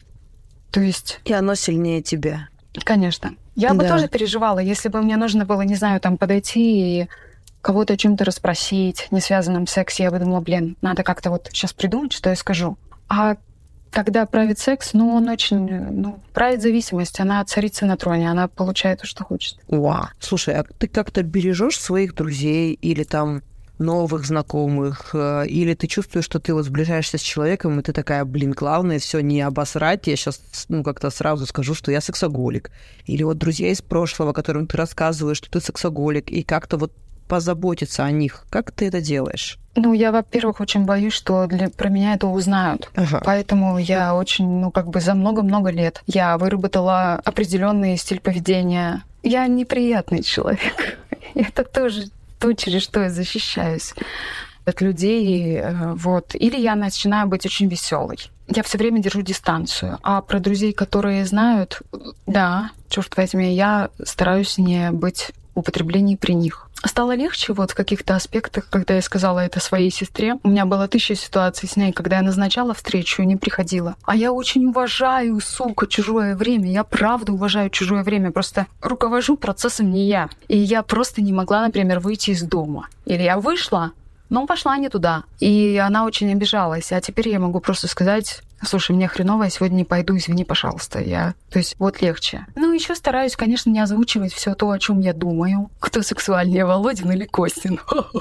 То есть... И оно сильнее тебя. Конечно. Я да. бы тоже переживала, если бы мне нужно было, не знаю, там подойти и кого-то о чем-то расспросить, не связанном с сексом. Я бы думала, блин, надо как-то вот сейчас придумать, что я скажу. А когда правит секс, ну, он очень... Ну, правит зависимость, она царица на троне, она получает то, что хочет. Вау. Слушай, а ты как-то бережешь своих друзей или там новых знакомых, или ты чувствуешь, что ты вот сближаешься с человеком, и ты такая, блин, главное все не обосрать, я сейчас, ну, как-то сразу скажу, что я сексоголик. Или вот друзья из прошлого, которым ты рассказываешь, что ты сексоголик, и как-то вот позаботиться о них. Как ты это делаешь? Ну, я, во-первых, очень боюсь, что для, про меня это узнают. Ага. Поэтому я очень, ну, как бы за много-много лет я выработала определенный стиль поведения. Я неприятный человек. Это тоже то, через что я защищаюсь от людей. Вот. Или я начинаю быть очень веселой. Я все время держу дистанцию. А про друзей, которые знают, да, черт возьми, я стараюсь не быть в употреблении при них. Стало легче вот в каких-то аспектах, когда я сказала это своей сестре. У меня было тысяча ситуаций с ней, когда я назначала встречу и не приходила. А я очень уважаю, сука, чужое время. Я правда уважаю чужое время. Просто руковожу процессом не я. И я просто не могла, например, выйти из дома. Или я вышла, но пошла не туда. И она очень обижалась. А теперь я могу просто сказать: слушай, мне хреново, я сегодня не пойду, извини, пожалуйста. Я... То есть вот легче. Ну, еще стараюсь, конечно, не озвучивать все то, о чем я думаю. Кто сексуальнее, Володин или Костин?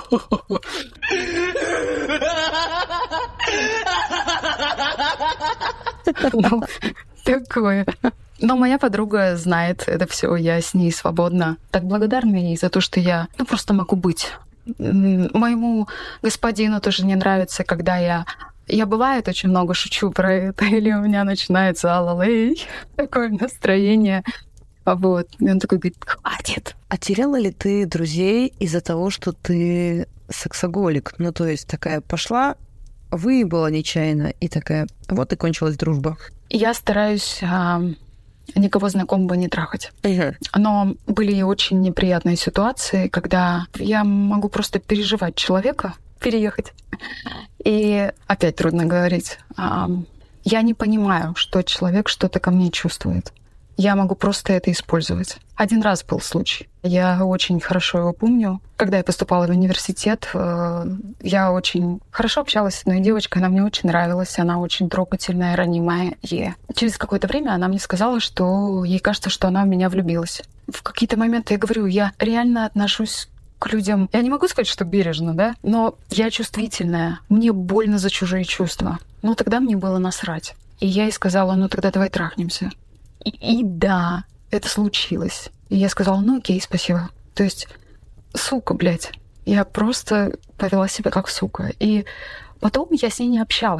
Ну, такое. Но моя подруга знает это все, я с ней свободна. Так благодарна ей за то, что я, ну, просто могу быть. Моему господину тоже не нравится, когда я... Я, бывает, очень много шучу про это, или у меня начинается алалей, такое настроение. Вот. И он такой говорит: хватит. А теряла ли ты друзей из-за того, что ты сексоголик? Ну, то есть такая пошла, выебала нечаянно, и такая, вот и кончилась дружба. Я стараюсь а, никого знакомого не трахать. Uh-huh. Но были очень неприятные ситуации, когда я могу просто переживать человека, переехать. И опять трудно говорить. Я не понимаю, что человек что-то ко мне чувствует. Я могу просто это использовать. Один раз был случай. Я очень хорошо его помню. Когда я поступала в университет, я очень хорошо общалась с одной девочкой. Она мне очень нравилась. Она очень трогательная, ранимая. И через какое-то время она мне сказала, что ей кажется, что она в меня влюбилась. В какие-то моменты я говорю, я реально отношусь к людям. Я не могу сказать, что бережно, да, но я чувствительная. Мне больно за чужие чувства. Ну, тогда мне было насрать. И я ей сказала: ну, тогда давай трахнемся. И, и да, это случилось. И я сказала: ну, окей, спасибо. То есть, сука, блядь. Я просто повела себя как сука. И потом я с ней не общалась.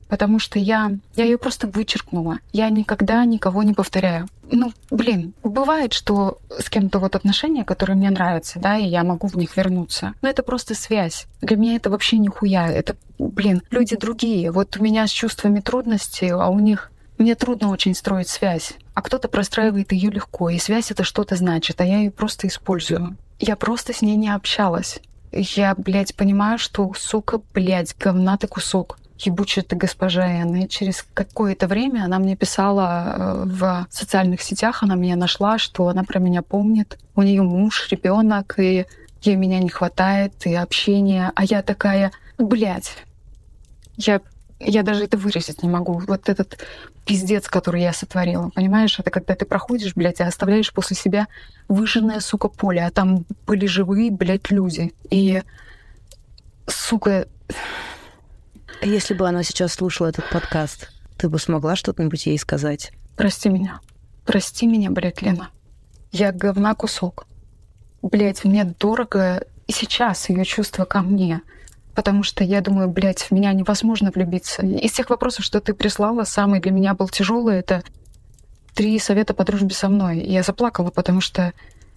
потому что я, я ее просто вычеркнула. Я никогда никого не повторяю. Ну, блин, бывает, что с кем-то вот отношения, которые мне нравятся, да, и я могу в них вернуться. Но это просто связь. Для меня это вообще нихуя. Это, блин, люди другие. Вот у меня с чувствами трудности, а у них... Мне трудно очень строить связь. А кто-то простраивает ее легко, и связь это что-то значит, а я ее просто использую. Я просто с ней не общалась. Я, блядь, понимаю, что, сука, блядь, говна ты кусок. Ебучая ты госпожа Н. И через какое-то время она мне писала в социальных сетях, она меня нашла, что она про меня помнит. У нее муж, ребенок, и ей меня не хватает, и общения. А я такая, блядь, я... Я даже это выразить не могу. Вот этот пиздец, который я сотворила, понимаешь? Это когда ты проходишь, блядь, и оставляешь после себя выжженное, сука, поле, а там были живые, блядь, люди. И, сука... Если бы она сейчас слушала этот подкаст, ты бы смогла что-нибудь ей сказать? Прости меня. Прости меня, блядь, Лена. Я говна кусок. Блядь, мне дорого и сейчас ее чувство ко мне. Потому что я думаю, блядь, в меня невозможно влюбиться. Из тех вопросов, что ты прислала, самый для меня был тяжелый, это три совета по дружбе со мной. И я заплакала, потому что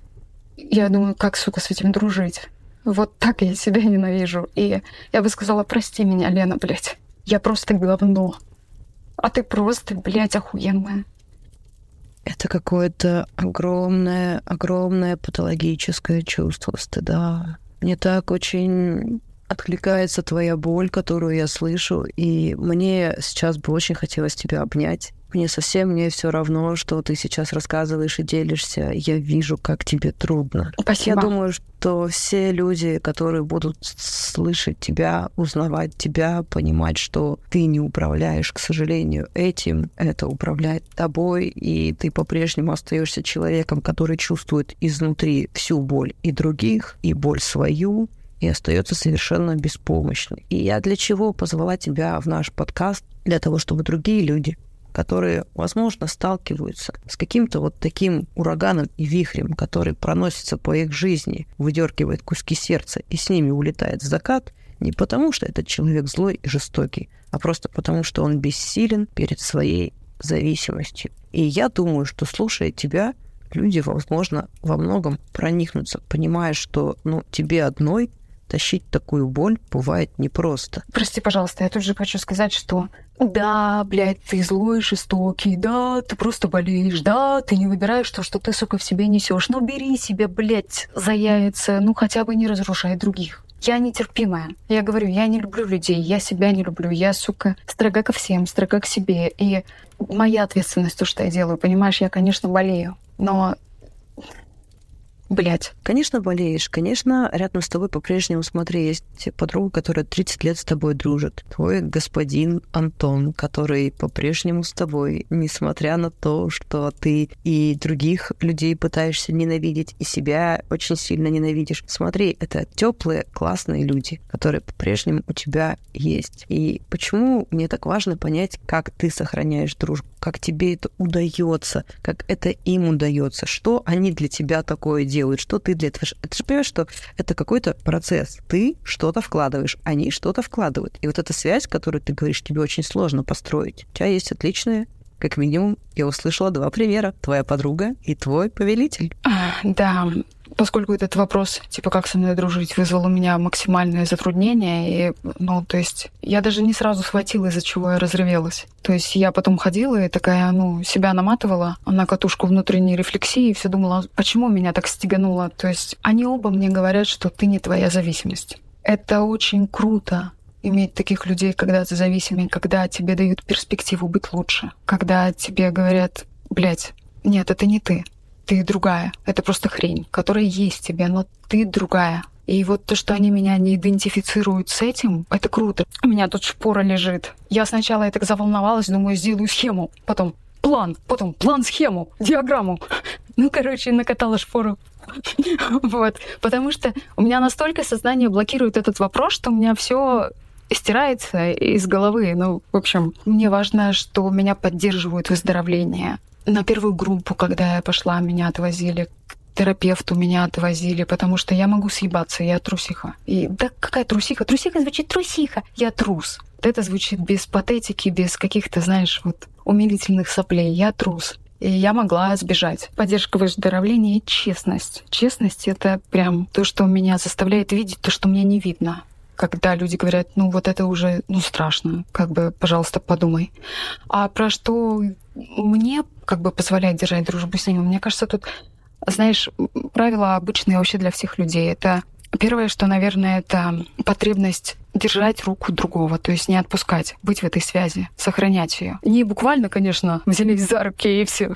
я думаю, как, сука, с этим дружить? Вот так я себя ненавижу. И я бы сказала, прости меня, Лена, блядь. Я просто говно. А ты просто, блядь, охуенная. Это какое-то огромное, огромное патологическое чувство стыда. Мне так очень... откликается твоя боль, которую я слышу, и мне сейчас бы очень хотелось тебя обнять. Мне совсем не все равно, что ты сейчас рассказываешь и делишься. Я вижу, как тебе трудно. Спасибо. Я думаю, что все люди, которые будут слышать тебя, узнавать тебя, понимать, что ты не управляешь, к сожалению, этим, это управляет тобой, и ты по-прежнему остаешься человеком, который чувствует изнутри всю боль и других, и боль свою, и остается совершенно беспомощной. И я для чего позвала тебя в наш подкаст? Для того, чтобы другие люди, которые, возможно, сталкиваются с каким-то вот таким ураганом и вихрем, который проносится по их жизни, выдергивает куски сердца и с ними улетает в закат, не потому, что этот человек злой и жестокий, а просто потому, что он бессилен перед своей зависимостью. И я думаю, что, слушая тебя, люди, возможно, во многом проникнутся, понимая, что ну, тебе одной тащить такую боль бывает непросто. Прости, пожалуйста, я тут же хочу сказать, что да, блядь, ты злой, жестокий, да, ты просто болеешь, да, ты не выбираешь то, что ты, сука, в себе несешь. Ну, бери себя, блядь, за яйца, ну, хотя бы не разрушай других. Я нетерпимая. Я говорю, я не люблю людей, я себя не люблю. Я, сука, строга ко всем, строга к себе. И моя ответственность, то, что я делаю, понимаешь, я, конечно, болею, но... Блять. Конечно, болеешь. Конечно, рядом с тобой по-прежнему, смотри, есть подруга, которая тридцать лет с тобой дружит. Твой господин Антон, который по-прежнему с тобой, несмотря на то, что ты и других людей пытаешься ненавидеть, и себя очень сильно ненавидишь. Смотри, это теплые, классные люди, которые по-прежнему у тебя есть. И почему мне так важно понять, как ты сохраняешь дружбу, как тебе это удается, как это им удается, что они для тебя такое делают, что ты для этого... Ты же понимаешь, что это какой-то процесс. Ты что-то вкладываешь, они что-то вкладывают. И вот эта связь, которую ты говоришь, тебе очень сложно построить. У тебя есть отличные, как минимум, я услышала два примера. Твоя подруга и твой повелитель. А, да, поскольку этот вопрос, типа, как со мной дружить, вызвал у меня максимальное затруднение, и, ну, то есть, я даже не сразу схватила, из-за чего я разревелась. То есть, я потом ходила и такая, ну, себя наматывала на катушку внутренней рефлексии и все думала, почему меня так стегануло. То есть, они оба мне говорят, что ты не твоя зависимость. Это очень круто. Иметь таких людей, когда ты зависимый, когда тебе дают перспективу быть лучше, когда тебе говорят, блядь, нет, это не ты, ты другая, это просто хрень, которая есть в тебе, но ты другая. И вот то, что они меня не идентифицируют с этим, это круто. У меня тут шпора лежит. Я сначала я так заволновалась, думаю, сделаю схему, потом план, потом план-схему, диаграмму. Ну, короче, накатала шпору. Вот, потому что у меня настолько сознание блокирует этот вопрос, что у меня все стирается из головы. Ну, в общем, мне важно, что меня поддерживают в выздоровлении. На первую группу, когда я пошла, меня отвозили терапевту меня отвозили, потому что я могу съебаться, я трусиха. И да какая трусиха? Трусиха звучит трусиха. Я трус. Это звучит без патетики, без каких-то, знаешь, вот умилительных соплей. Я трус. И я могла сбежать. Поддержка выздоровления и честность. Честность — это прям то, что меня заставляет видеть то, что мне не видно. Когда люди говорят, ну вот это уже, ну страшно, как бы, пожалуйста, подумай. А про что мне как бы позволяет держать дружбу с ними? Мне кажется, тут, знаешь, правила обычные вообще для всех людей. Это первое, что, наверное, это потребность держать руку другого, то есть не отпускать, быть в этой связи, сохранять ее. Не буквально, конечно, взялись за руки и все,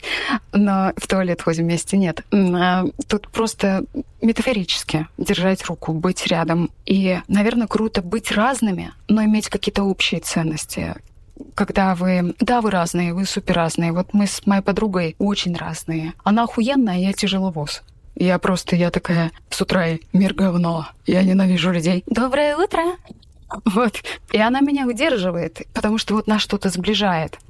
но в туалет ходим вместе, нет. Тут просто метафорически держать руку, быть рядом. И, наверное, круто быть разными, но иметь какие-то общие ценности. Когда вы... Да, вы разные, вы супер разные. Вот мы с моей подругой очень разные. Она охуенная, а я тяжеловоз. Я просто, я такая с утра, мир говно, я ненавижу людей. Доброе утро! Вот. И она меня удерживает, потому что вот нас что-то сближает.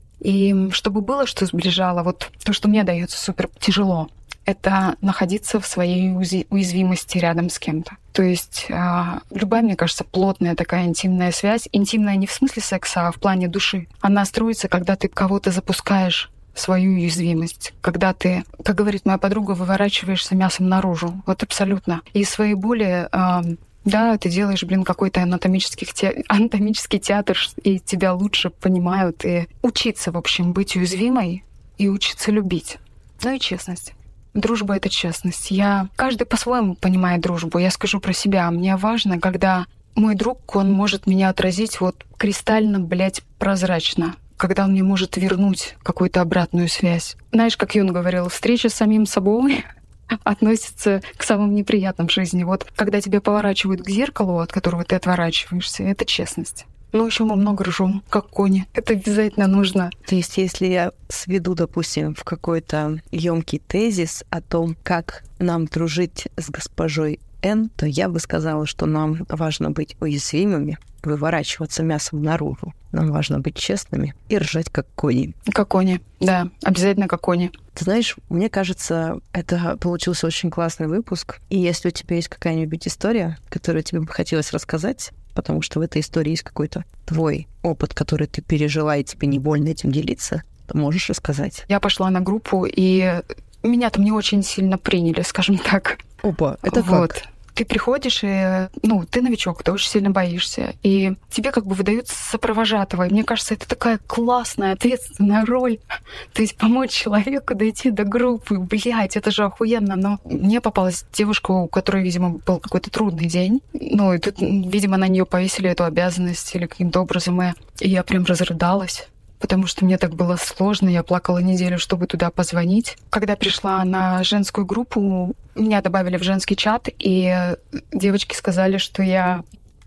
И чтобы было, что сближало, вот то, что мне дается супер тяжело, это находиться в своей уязвимости рядом с кем-то. То есть любая, мне кажется, плотная такая интимная связь, интимная не в смысле секса, а в плане души, она строится, когда ты кого-то запускаешь свою уязвимость, когда ты, как говорит моя подруга, выворачиваешься мясом наружу. Вот абсолютно. И свои боли, э, да, ты делаешь, блин, какой-то анатомический, те... анатомический театр, и тебя лучше понимают. И учиться, в общем, быть уязвимой и учиться любить. Ну и честность. Дружба — это честность. Я... Каждый по-своему понимает дружбу. Я скажу про себя. Мне важно, когда мой друг, он может меня отразить вот кристально, блядь, прозрачно, когда он мне может вернуть какую-то обратную связь. Знаешь, как Юн говорил, встреча с самим собой относится к самым неприятным в жизни. Вот когда тебя поворачивают к зеркалу, от которого ты отворачиваешься, это честность. Ну, еще мы много ржем, как кони. Это обязательно нужно. То есть, если я сведу, допустим, в какой-то ёмкий тезис о том, как нам дружить с госпожой Н, то я бы сказала, что нам важно быть уязвимыми, выворачиваться мясом наружу. Нам важно быть честными и ржать как кони. Как кони, да, обязательно как кони. Ты знаешь, мне кажется, это получился очень классный выпуск. И если у тебя есть какая-нибудь история, которую тебе бы хотелось рассказать, потому что в этой истории есть какой-то твой опыт, который ты пережила, и тебе не больно этим делиться, то можешь рассказать. Я пошла на группу, и меня там не очень сильно приняли, скажем так. Опа, это вот. как? Ты приходишь, и, ну, ты новичок, ты очень сильно боишься, и тебе как бы выдают сопровожатого. И мне кажется, это такая классная, ответственная роль. То есть помочь человеку дойти до группы. Блядь, это же охуенно. Но мне попалась девушка, у которой, видимо, был какой-то трудный день. Ну, и тут, видимо, на нее повесили эту обязанность или каким-то образом. И я прям разрыдалась, потому что мне так было сложно. Я плакала неделю, чтобы туда позвонить. Когда пришла на женскую группу, меня добавили в женский чат, и девочки сказали, что я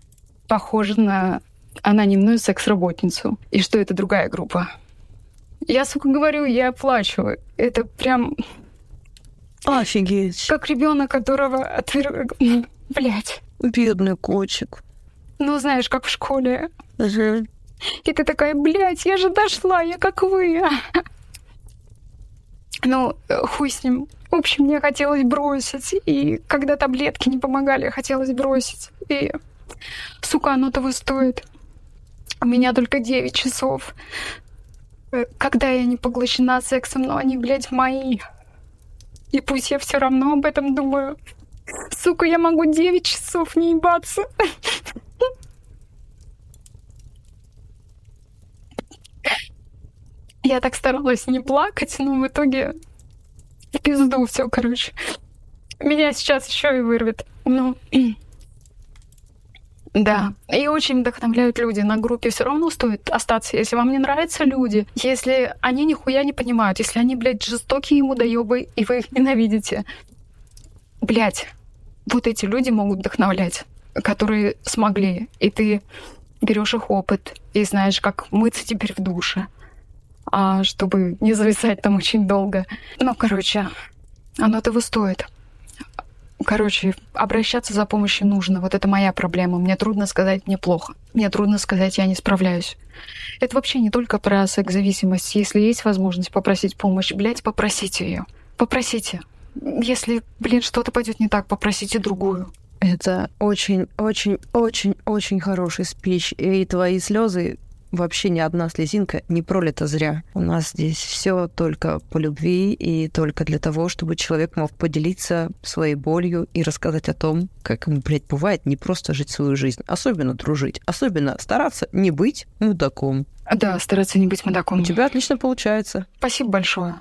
похожа на анонимную секс-работницу, и что это другая группа. Я, сука, говорю, я плачу. Это прям... Офигеть. Как ребенок, которого отверг... Блять. Бедный котик. Ну, знаешь, как в школе. Угу. И ты такая, блядь, я же дошла, я как вы. Ну, хуй с ним. В общем, мне хотелось бросить. И когда таблетки не помогали, хотелось бросить. И, сука, оно того стоит. У меня только девять часов. Когда я не поглощена сексом, но они, блядь, мои. И пусть я все равно об этом думаю. Сука, я могу девять часов не ебаться. Я так старалась не плакать, но в итоге в пизду все, короче. Меня сейчас еще и вырвет. Ну, да. И очень вдохновляют люди на группе. Все равно стоит остаться, если вам не нравятся люди, если они нихуя не понимают, если они, блядь, жестокие мудоёбы, и вы их ненавидите. Блядь, вот эти люди могут вдохновлять, которые смогли. И ты берешь их опыт и знаешь, как мыться теперь в душе. А чтобы не зависать там очень долго. Ну, короче, оно того стоит. Короче, обращаться за помощью нужно. Вот это моя проблема. Мне трудно сказать «мне плохо». Мне трудно сказать «я не справляюсь». Это вообще не только про секс-зависимость. Если есть возможность попросить помощь, блядь, попросите ее. Попросите. Если, блин, что-то пойдет не так, попросите другую. Это очень-очень-очень-очень хороший спич. И твои слезы, вообще ни одна слезинка не пролита зря. У нас здесь все только по любви и только для того, чтобы человек мог поделиться своей болью и рассказать о том, как ему, блядь, бывает не просто жить свою жизнь, особенно дружить, особенно стараться не быть мудаком. Да, стараться не быть мудаком. У тебя отлично получается. Спасибо большое.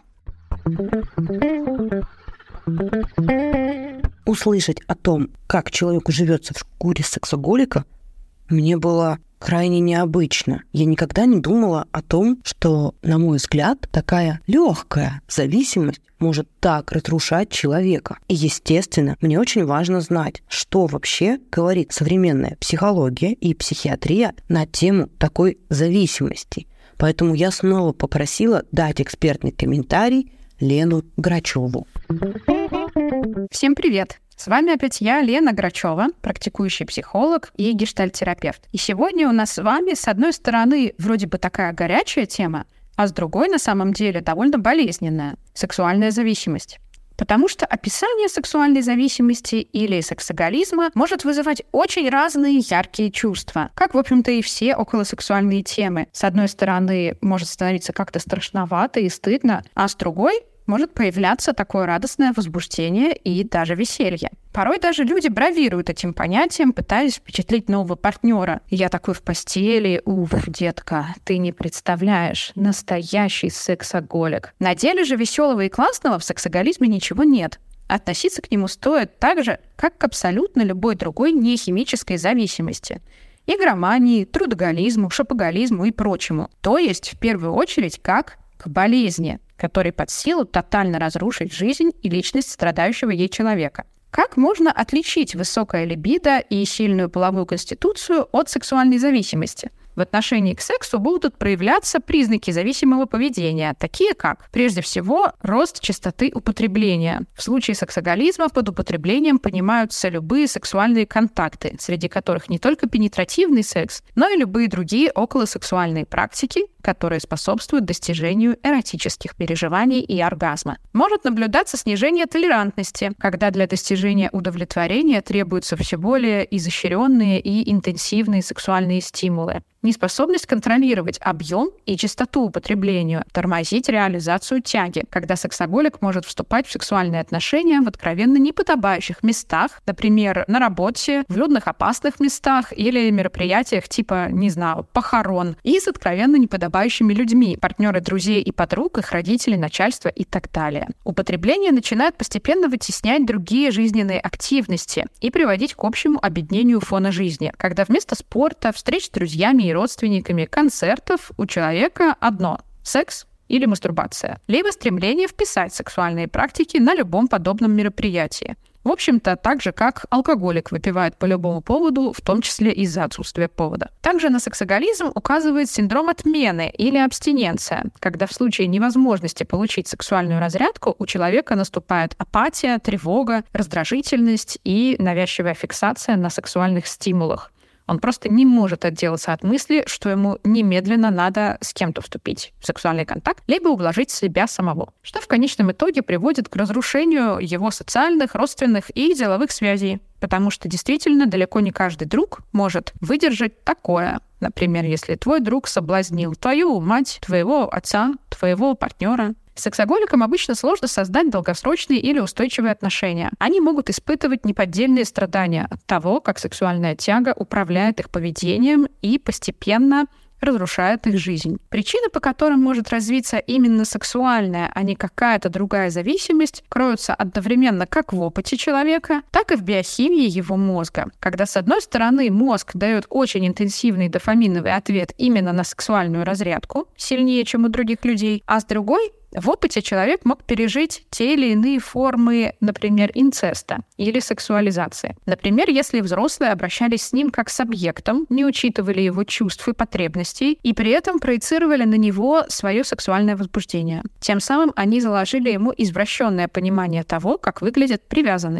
Услышать о том, как человеку живется в шкуре сексоголика, мне было крайне необычно. Я никогда не думала о том, что, на мой взгляд, такая легкая зависимость может так разрушать человека. И, естественно, мне очень важно знать, что вообще говорит современная психология и психиатрия на тему такой зависимости. Поэтому я снова попросила дать экспертный комментарий Лену Грачеву. Всем привет! С вами опять я, Лена Грачева, практикующий психолог и гештальт-терапевт. И сегодня у нас с вами, с одной стороны, вроде бы такая горячая тема, а с другой, на самом деле, довольно болезненная – сексуальная зависимость. Потому что описание сексуальной зависимости или сексоголизма может вызывать очень разные яркие чувства, как, в общем-то, и все околосексуальные темы. С одной стороны, может становиться как-то страшновато и стыдно, а с другой может появляться такое радостное возбуждение и даже веселье. Порой даже люди бравируют этим понятием, пытаясь впечатлить нового партнера. Я такой в постели, уф, детка, ты не представляешь, настоящий сексоголик. На деле же веселого и классного в сексоголизме ничего нет. Относиться к нему стоит так же, как к абсолютно любой другой нехимической зависимости. Игромании, трудоголизму, шопоголизму и прочему. То есть, в первую очередь, как к болезни, которой под силу тотально разрушить жизнь и личность страдающего ей человека. Как можно отличить высокое либидо и сильную половую конституцию от сексуальной зависимости? В отношении к сексу будут проявляться признаки зависимого поведения, такие как, прежде всего, рост частоты употребления. В случае сексоголизма под употреблением понимаются любые сексуальные контакты, среди которых не только пенетративный секс, но и любые другие околосексуальные практики, которые способствуют достижению эротических переживаний и оргазма. Может наблюдаться снижение толерантности, когда для достижения удовлетворения требуются все более изощренные и интенсивные сексуальные стимулы. Неспособность контролировать объем и частоту употребления, тормозить реализацию тяги, когда сексоголик может вступать в сексуальные отношения в откровенно неподобающих местах, например, на работе, в людных опасных местах или мероприятиях типа, не знаю, похорон, и с откровенно неподобающими людьми, партнеры друзей и подруг, их родители, начальство и так далее. Употребление начинает постепенно вытеснять другие жизненные активности и приводить к общему обеднению фона жизни, когда вместо спорта, встреч с друзьями и родственниками, концертов у человека одно – секс или мастурбация, либо стремление вписать сексуальные практики на любом подобном мероприятии. В общем-то, так же, как алкоголик выпивает по любому поводу, в том числе из-за отсутствия повода. Также на сексоголизм указывает синдром отмены или абстиненция, когда в случае невозможности получить сексуальную разрядку у человека наступает апатия, тревога, раздражительность и навязчивая фиксация на сексуальных стимулах. Он просто не может отделаться от мысли, что ему немедленно надо с кем-то вступить в сексуальный контакт, либо ублажить себя самого, что в конечном итоге приводит к разрушению его социальных, родственных и деловых связей, потому что действительно далеко не каждый друг может выдержать такое. Например, если твой друг соблазнил твою мать, твоего отца, твоего партнера. С сексоголиком обычно сложно создать долгосрочные или устойчивые отношения. Они могут испытывать неподдельные страдания от того, как сексуальная тяга управляет их поведением и постепенно разрушает их жизнь. Причины, по которым может развиться именно сексуальная, а не какая-то другая зависимость, кроются одновременно как в опыте человека, так и в биохимии его мозга. Когда, с одной стороны, мозг дает очень интенсивный дофаминовый ответ именно на сексуальную разрядку, сильнее, чем у других людей, а с другой — в опыте человек мог пережить те или иные формы, например, инцеста или сексуализации. Например, если взрослые обращались с ним как с объектом, не учитывали его чувств и потребностей, и при этом проецировали на него свое сексуальное возбуждение. Тем самым они заложили ему извращенное понимание того, как выглядит привязанность.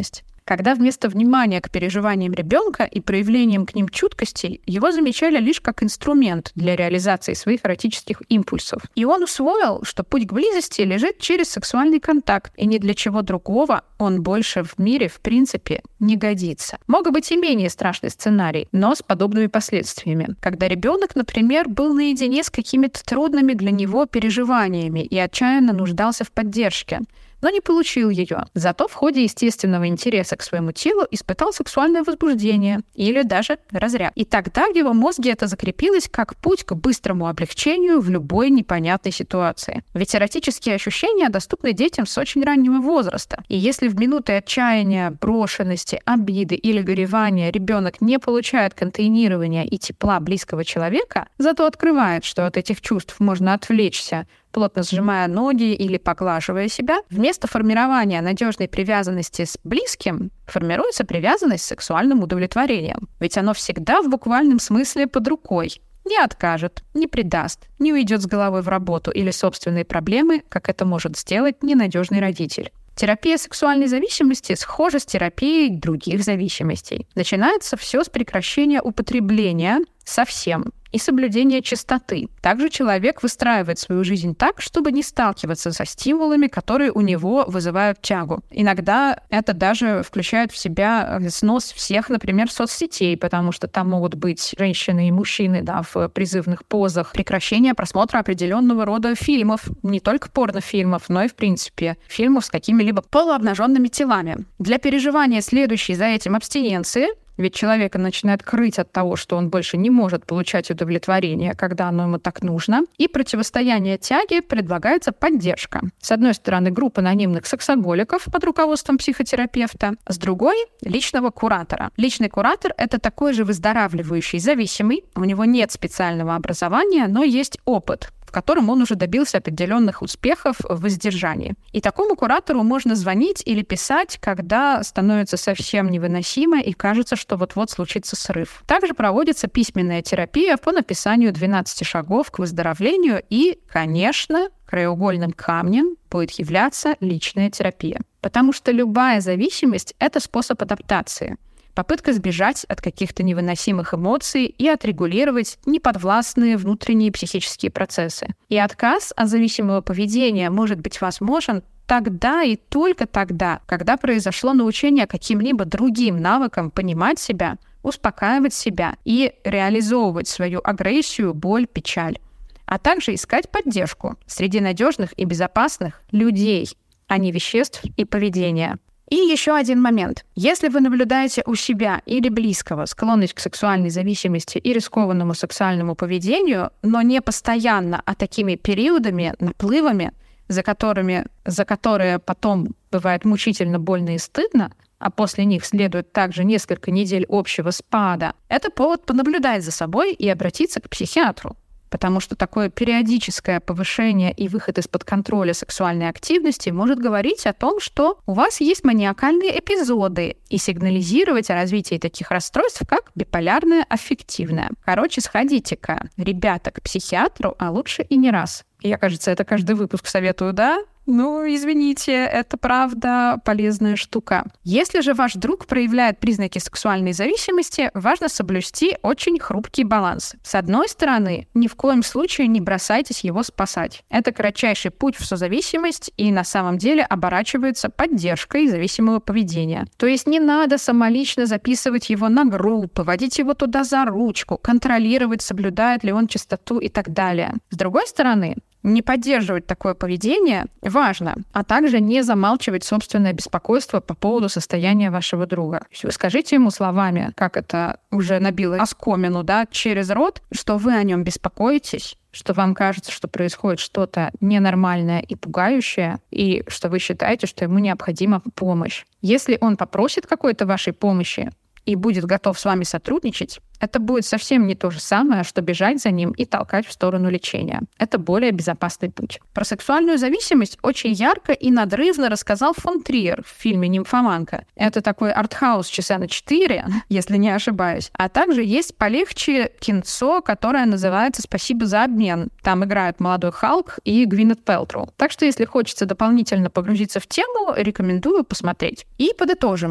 когда вместо внимания к переживаниям ребенка и проявлением к ним чуткости его замечали лишь как инструмент для реализации своих эротических импульсов. И он усвоил, что путь к близости лежит через сексуальный контакт, и ни для чего другого он больше в мире в принципе не годится. Мог быть и менее страшный сценарий, но с подобными последствиями. Когда ребенок, например, был наедине с какими-то трудными для него переживаниями и отчаянно нуждался в поддержке, но не получил ее. Зато в ходе естественного интереса к своему телу испытал сексуальное возбуждение или даже разряд. И тогда в его мозге это закрепилось как путь к быстрому облегчению в любой непонятной ситуации. Ведь эротические ощущения доступны детям с очень раннего возраста. И если в минуты отчаяния, брошенности, обиды или горевания ребенок не получает контейнирования и тепла близкого человека, зато открывает, что от этих чувств можно отвлечься, плотно сжимая ноги или поглаживая себя, вместо формирования надежной привязанности с близким формируется привязанность с сексуальным удовлетворением. Ведь оно всегда в буквальном смысле под рукой. Не откажет, не предаст, не уйдет с головой в работу или собственные проблемы, как это может сделать ненадежный родитель. Терапия сексуальной зависимости схожа с терапией других зависимостей. Начинается все с прекращения употребления совсем и соблюдения чистоты. Также человек выстраивает свою жизнь так, чтобы не сталкиваться со стимулами, которые у него вызывают тягу. Иногда это даже включает в себя снос всех, например, соцсетей, потому что там могут быть женщины и мужчины, да, в призывных позах. Прекращение просмотра определенного рода фильмов, не только порнофильмов, но и, в принципе, фильмов с какими-либо полуобнаженными телами. Для переживания следующей за этим абстиненции, ведь человека начинает крыть от того, что он больше не может получать удовлетворение, когда оно ему так нужно. И противостояние тяге предлагается поддержка. С одной стороны, группа анонимных сексоголиков под руководством психотерапевта, с другой — личного куратора. Личный куратор — это такой же выздоравливающий зависимый. У него нет специального образования, но есть опыт, в котором он уже добился определенных успехов в воздержании. И такому куратору можно звонить или писать, когда становится совсем невыносимо и кажется, что вот-вот случится срыв. Также проводится письменная терапия по написанию двенадцати шагов к выздоровлению и, конечно, краеугольным камнем будет являться личная терапия. Потому что любая зависимость — это способ адаптации. Попытка сбежать от каких-то невыносимых эмоций и отрегулировать неподвластные внутренние психические процессы. И отказ от зависимого поведения может быть возможен тогда и только тогда, когда произошло научение каким-либо другим навыкам понимать себя, успокаивать себя и реализовывать свою агрессию, боль, печаль. А также искать поддержку среди надежных и безопасных людей, а не веществ и поведения. И еще один момент. Если вы наблюдаете у себя или близкого склонность к сексуальной зависимости и рискованному сексуальному поведению, но не постоянно, а такими периодами, наплывами, за которыми, за которые потом бывает мучительно больно и стыдно, а после них следует также несколько недель общего спада, это повод понаблюдать за собой и обратиться к психиатру. Потому что такое периодическое повышение и выход из-под контроля сексуальной активности может говорить о том, что у вас есть маниакальные эпизоды и сигнализировать о развитии таких расстройств, как биполярное аффективное. Короче, сходите-ка, ребята, к психиатру, а лучше и не раз. Я, кажется, это каждый выпуск советую, да? Ну, извините, это правда полезная штука. Если же ваш друг проявляет признаки сексуальной зависимости, важно соблюсти очень хрупкий баланс. С одной стороны, ни в коем случае не бросайтесь его спасать. Это кратчайший путь в созависимость и на самом деле оборачивается поддержкой зависимого поведения. То есть не надо самолично записывать его на группы, водить его туда за ручку, контролировать, соблюдает ли он чистоту и так далее. С другой стороны, не поддерживать такое поведение важно, а также не замалчивать собственное беспокойство по поводу состояния вашего друга. То есть вы скажите ему словами, как это уже набило оскомину, да, через рот, что вы о нем беспокоитесь, что вам кажется, что происходит что-то ненормальное и пугающее, и что вы считаете, что ему необходима помощь. Если он попросит какой-то вашей помощи и будет готов с вами сотрудничать, это будет совсем не то же самое, что бежать за ним и толкать в сторону лечения. Это более безопасный путь. Про сексуальную зависимость очень ярко и надрывно рассказал фон Триер в фильме «Нимфоманка». Это такой артхаус часа на четыре, если не ошибаюсь. А также есть полегче кинцо, которое называется «Спасибо за обмен». Там играют молодой Халк и Гвинет Пэлтроу. Так что, если хочется дополнительно погрузиться в тему, рекомендую посмотреть. И подытожим.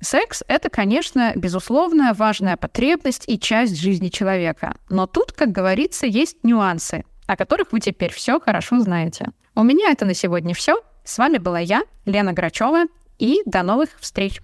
Секс — это, конечно, безусловно, важная потребность и часть жизни человека. Но тут, как говорится, есть нюансы, о которых вы теперь все хорошо знаете. У меня это на сегодня все. С вами была я, Лена Грачева, и до новых встреч!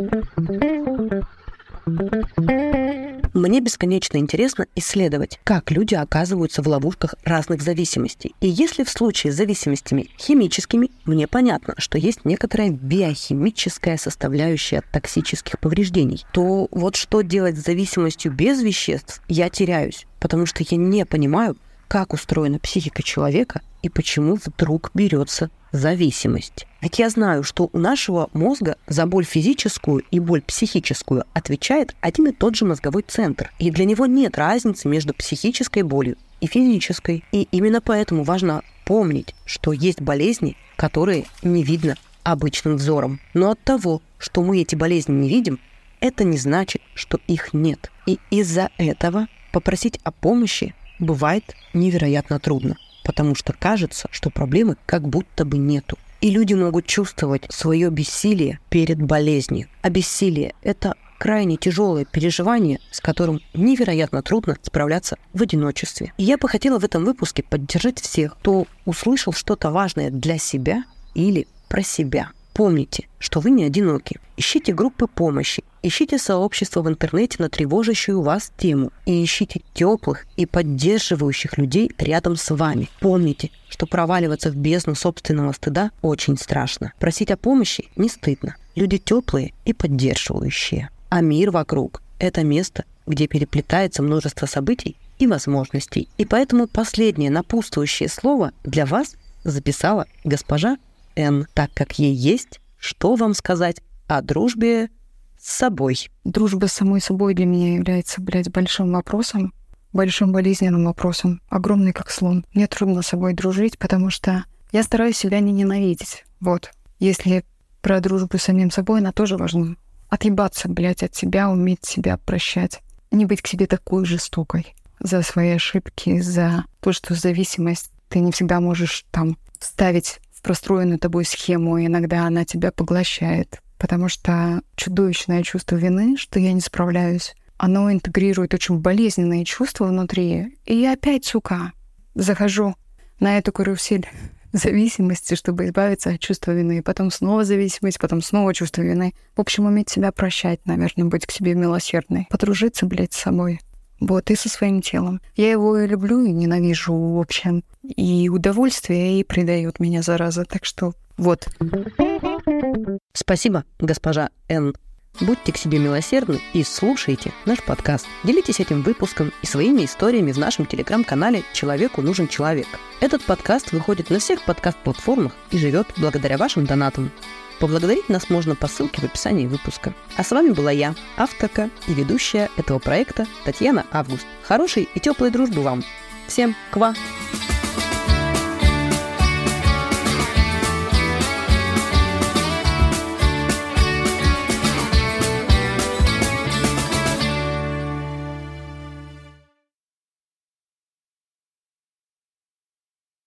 Мне бесконечно интересно исследовать, как люди оказываются в ловушках разных зависимостей. И если в случае с зависимостями химическими, мне понятно, что есть некоторая биохимическая составляющая токсических повреждений, то вот что делать с зависимостью без веществ, я теряюсь, потому что я не понимаю, как устроена психика человека и почему вдруг берется зависимость. Ведь я знаю, что у нашего мозга за боль физическую и боль психическую отвечает один и тот же мозговой центр. И для него нет разницы между психической болью и физической. И именно поэтому важно помнить, что есть болезни, которые не видно обычным взором. Но от того, что мы эти болезни не видим, это не значит, что их нет. И из-за этого попросить о помощи бывает невероятно трудно. Потому что кажется, что проблемы как будто бы нету. И люди могут чувствовать свое бессилие перед болезнью. А бессилие – это крайне тяжелое переживание, с которым невероятно трудно справляться в одиночестве. И я бы хотела в этом выпуске поддержать всех, кто услышал что-то важное для себя или про себя. Помните, что вы не одиноки. Ищите группы помощи, ищите сообщества в интернете на тревожащую вас тему и ищите теплых и поддерживающих людей рядом с вами. Помните, что проваливаться в бездну собственного стыда очень страшно. Просить о помощи не стыдно. Люди теплые и поддерживающие. А мир вокруг – это место, где переплетается множество событий и возможностей. И поэтому последнее напутствующее слово для вас записала госпожа Н, так как ей есть что вам сказать о дружбе с собой. Дружба с самой собой для меня является, блядь, большим вопросом, большим болезненным вопросом, огромный как слон. Мне трудно с собой дружить, потому что я стараюсь себя не ненавидеть. Вот. Если про дружбу с самим собой, она тоже важна. Отъебаться, блядь, от себя, уметь себя прощать. Не быть к себе такой жестокой за свои ошибки, за то, что зависимость ты не всегда можешь там вставить в простроенную тобой схему, и иногда она тебя поглощает. Потому что чудовищное чувство вины, что я не справляюсь, оно интегрирует очень болезненные чувства внутри. И я опять, сука, захожу на эту карусель зависимости, чтобы избавиться от чувства вины. Потом снова зависимость, потом снова чувство вины. В общем, уметь себя прощать, наверное, быть к себе милосердной. Подружиться, блядь, с собой. Вот, и со своим телом. Я его и люблю, и ненавижу, в общем. И удовольствие и придает меня, зараза. Так что вот. Спасибо, госпожа Н. Будьте к себе милосердны и слушайте наш подкаст. Делитесь этим выпуском и своими историями в нашем телеграм-канале «Человеку нужен человек». Этот подкаст выходит на всех подкаст-платформах и живет благодаря вашим донатам. Поблагодарить нас можно по ссылке в описании выпуска. А с вами была я, авторка и ведущая этого проекта Татьяна Август. Хорошей и теплой дружбы вам. Всем ква!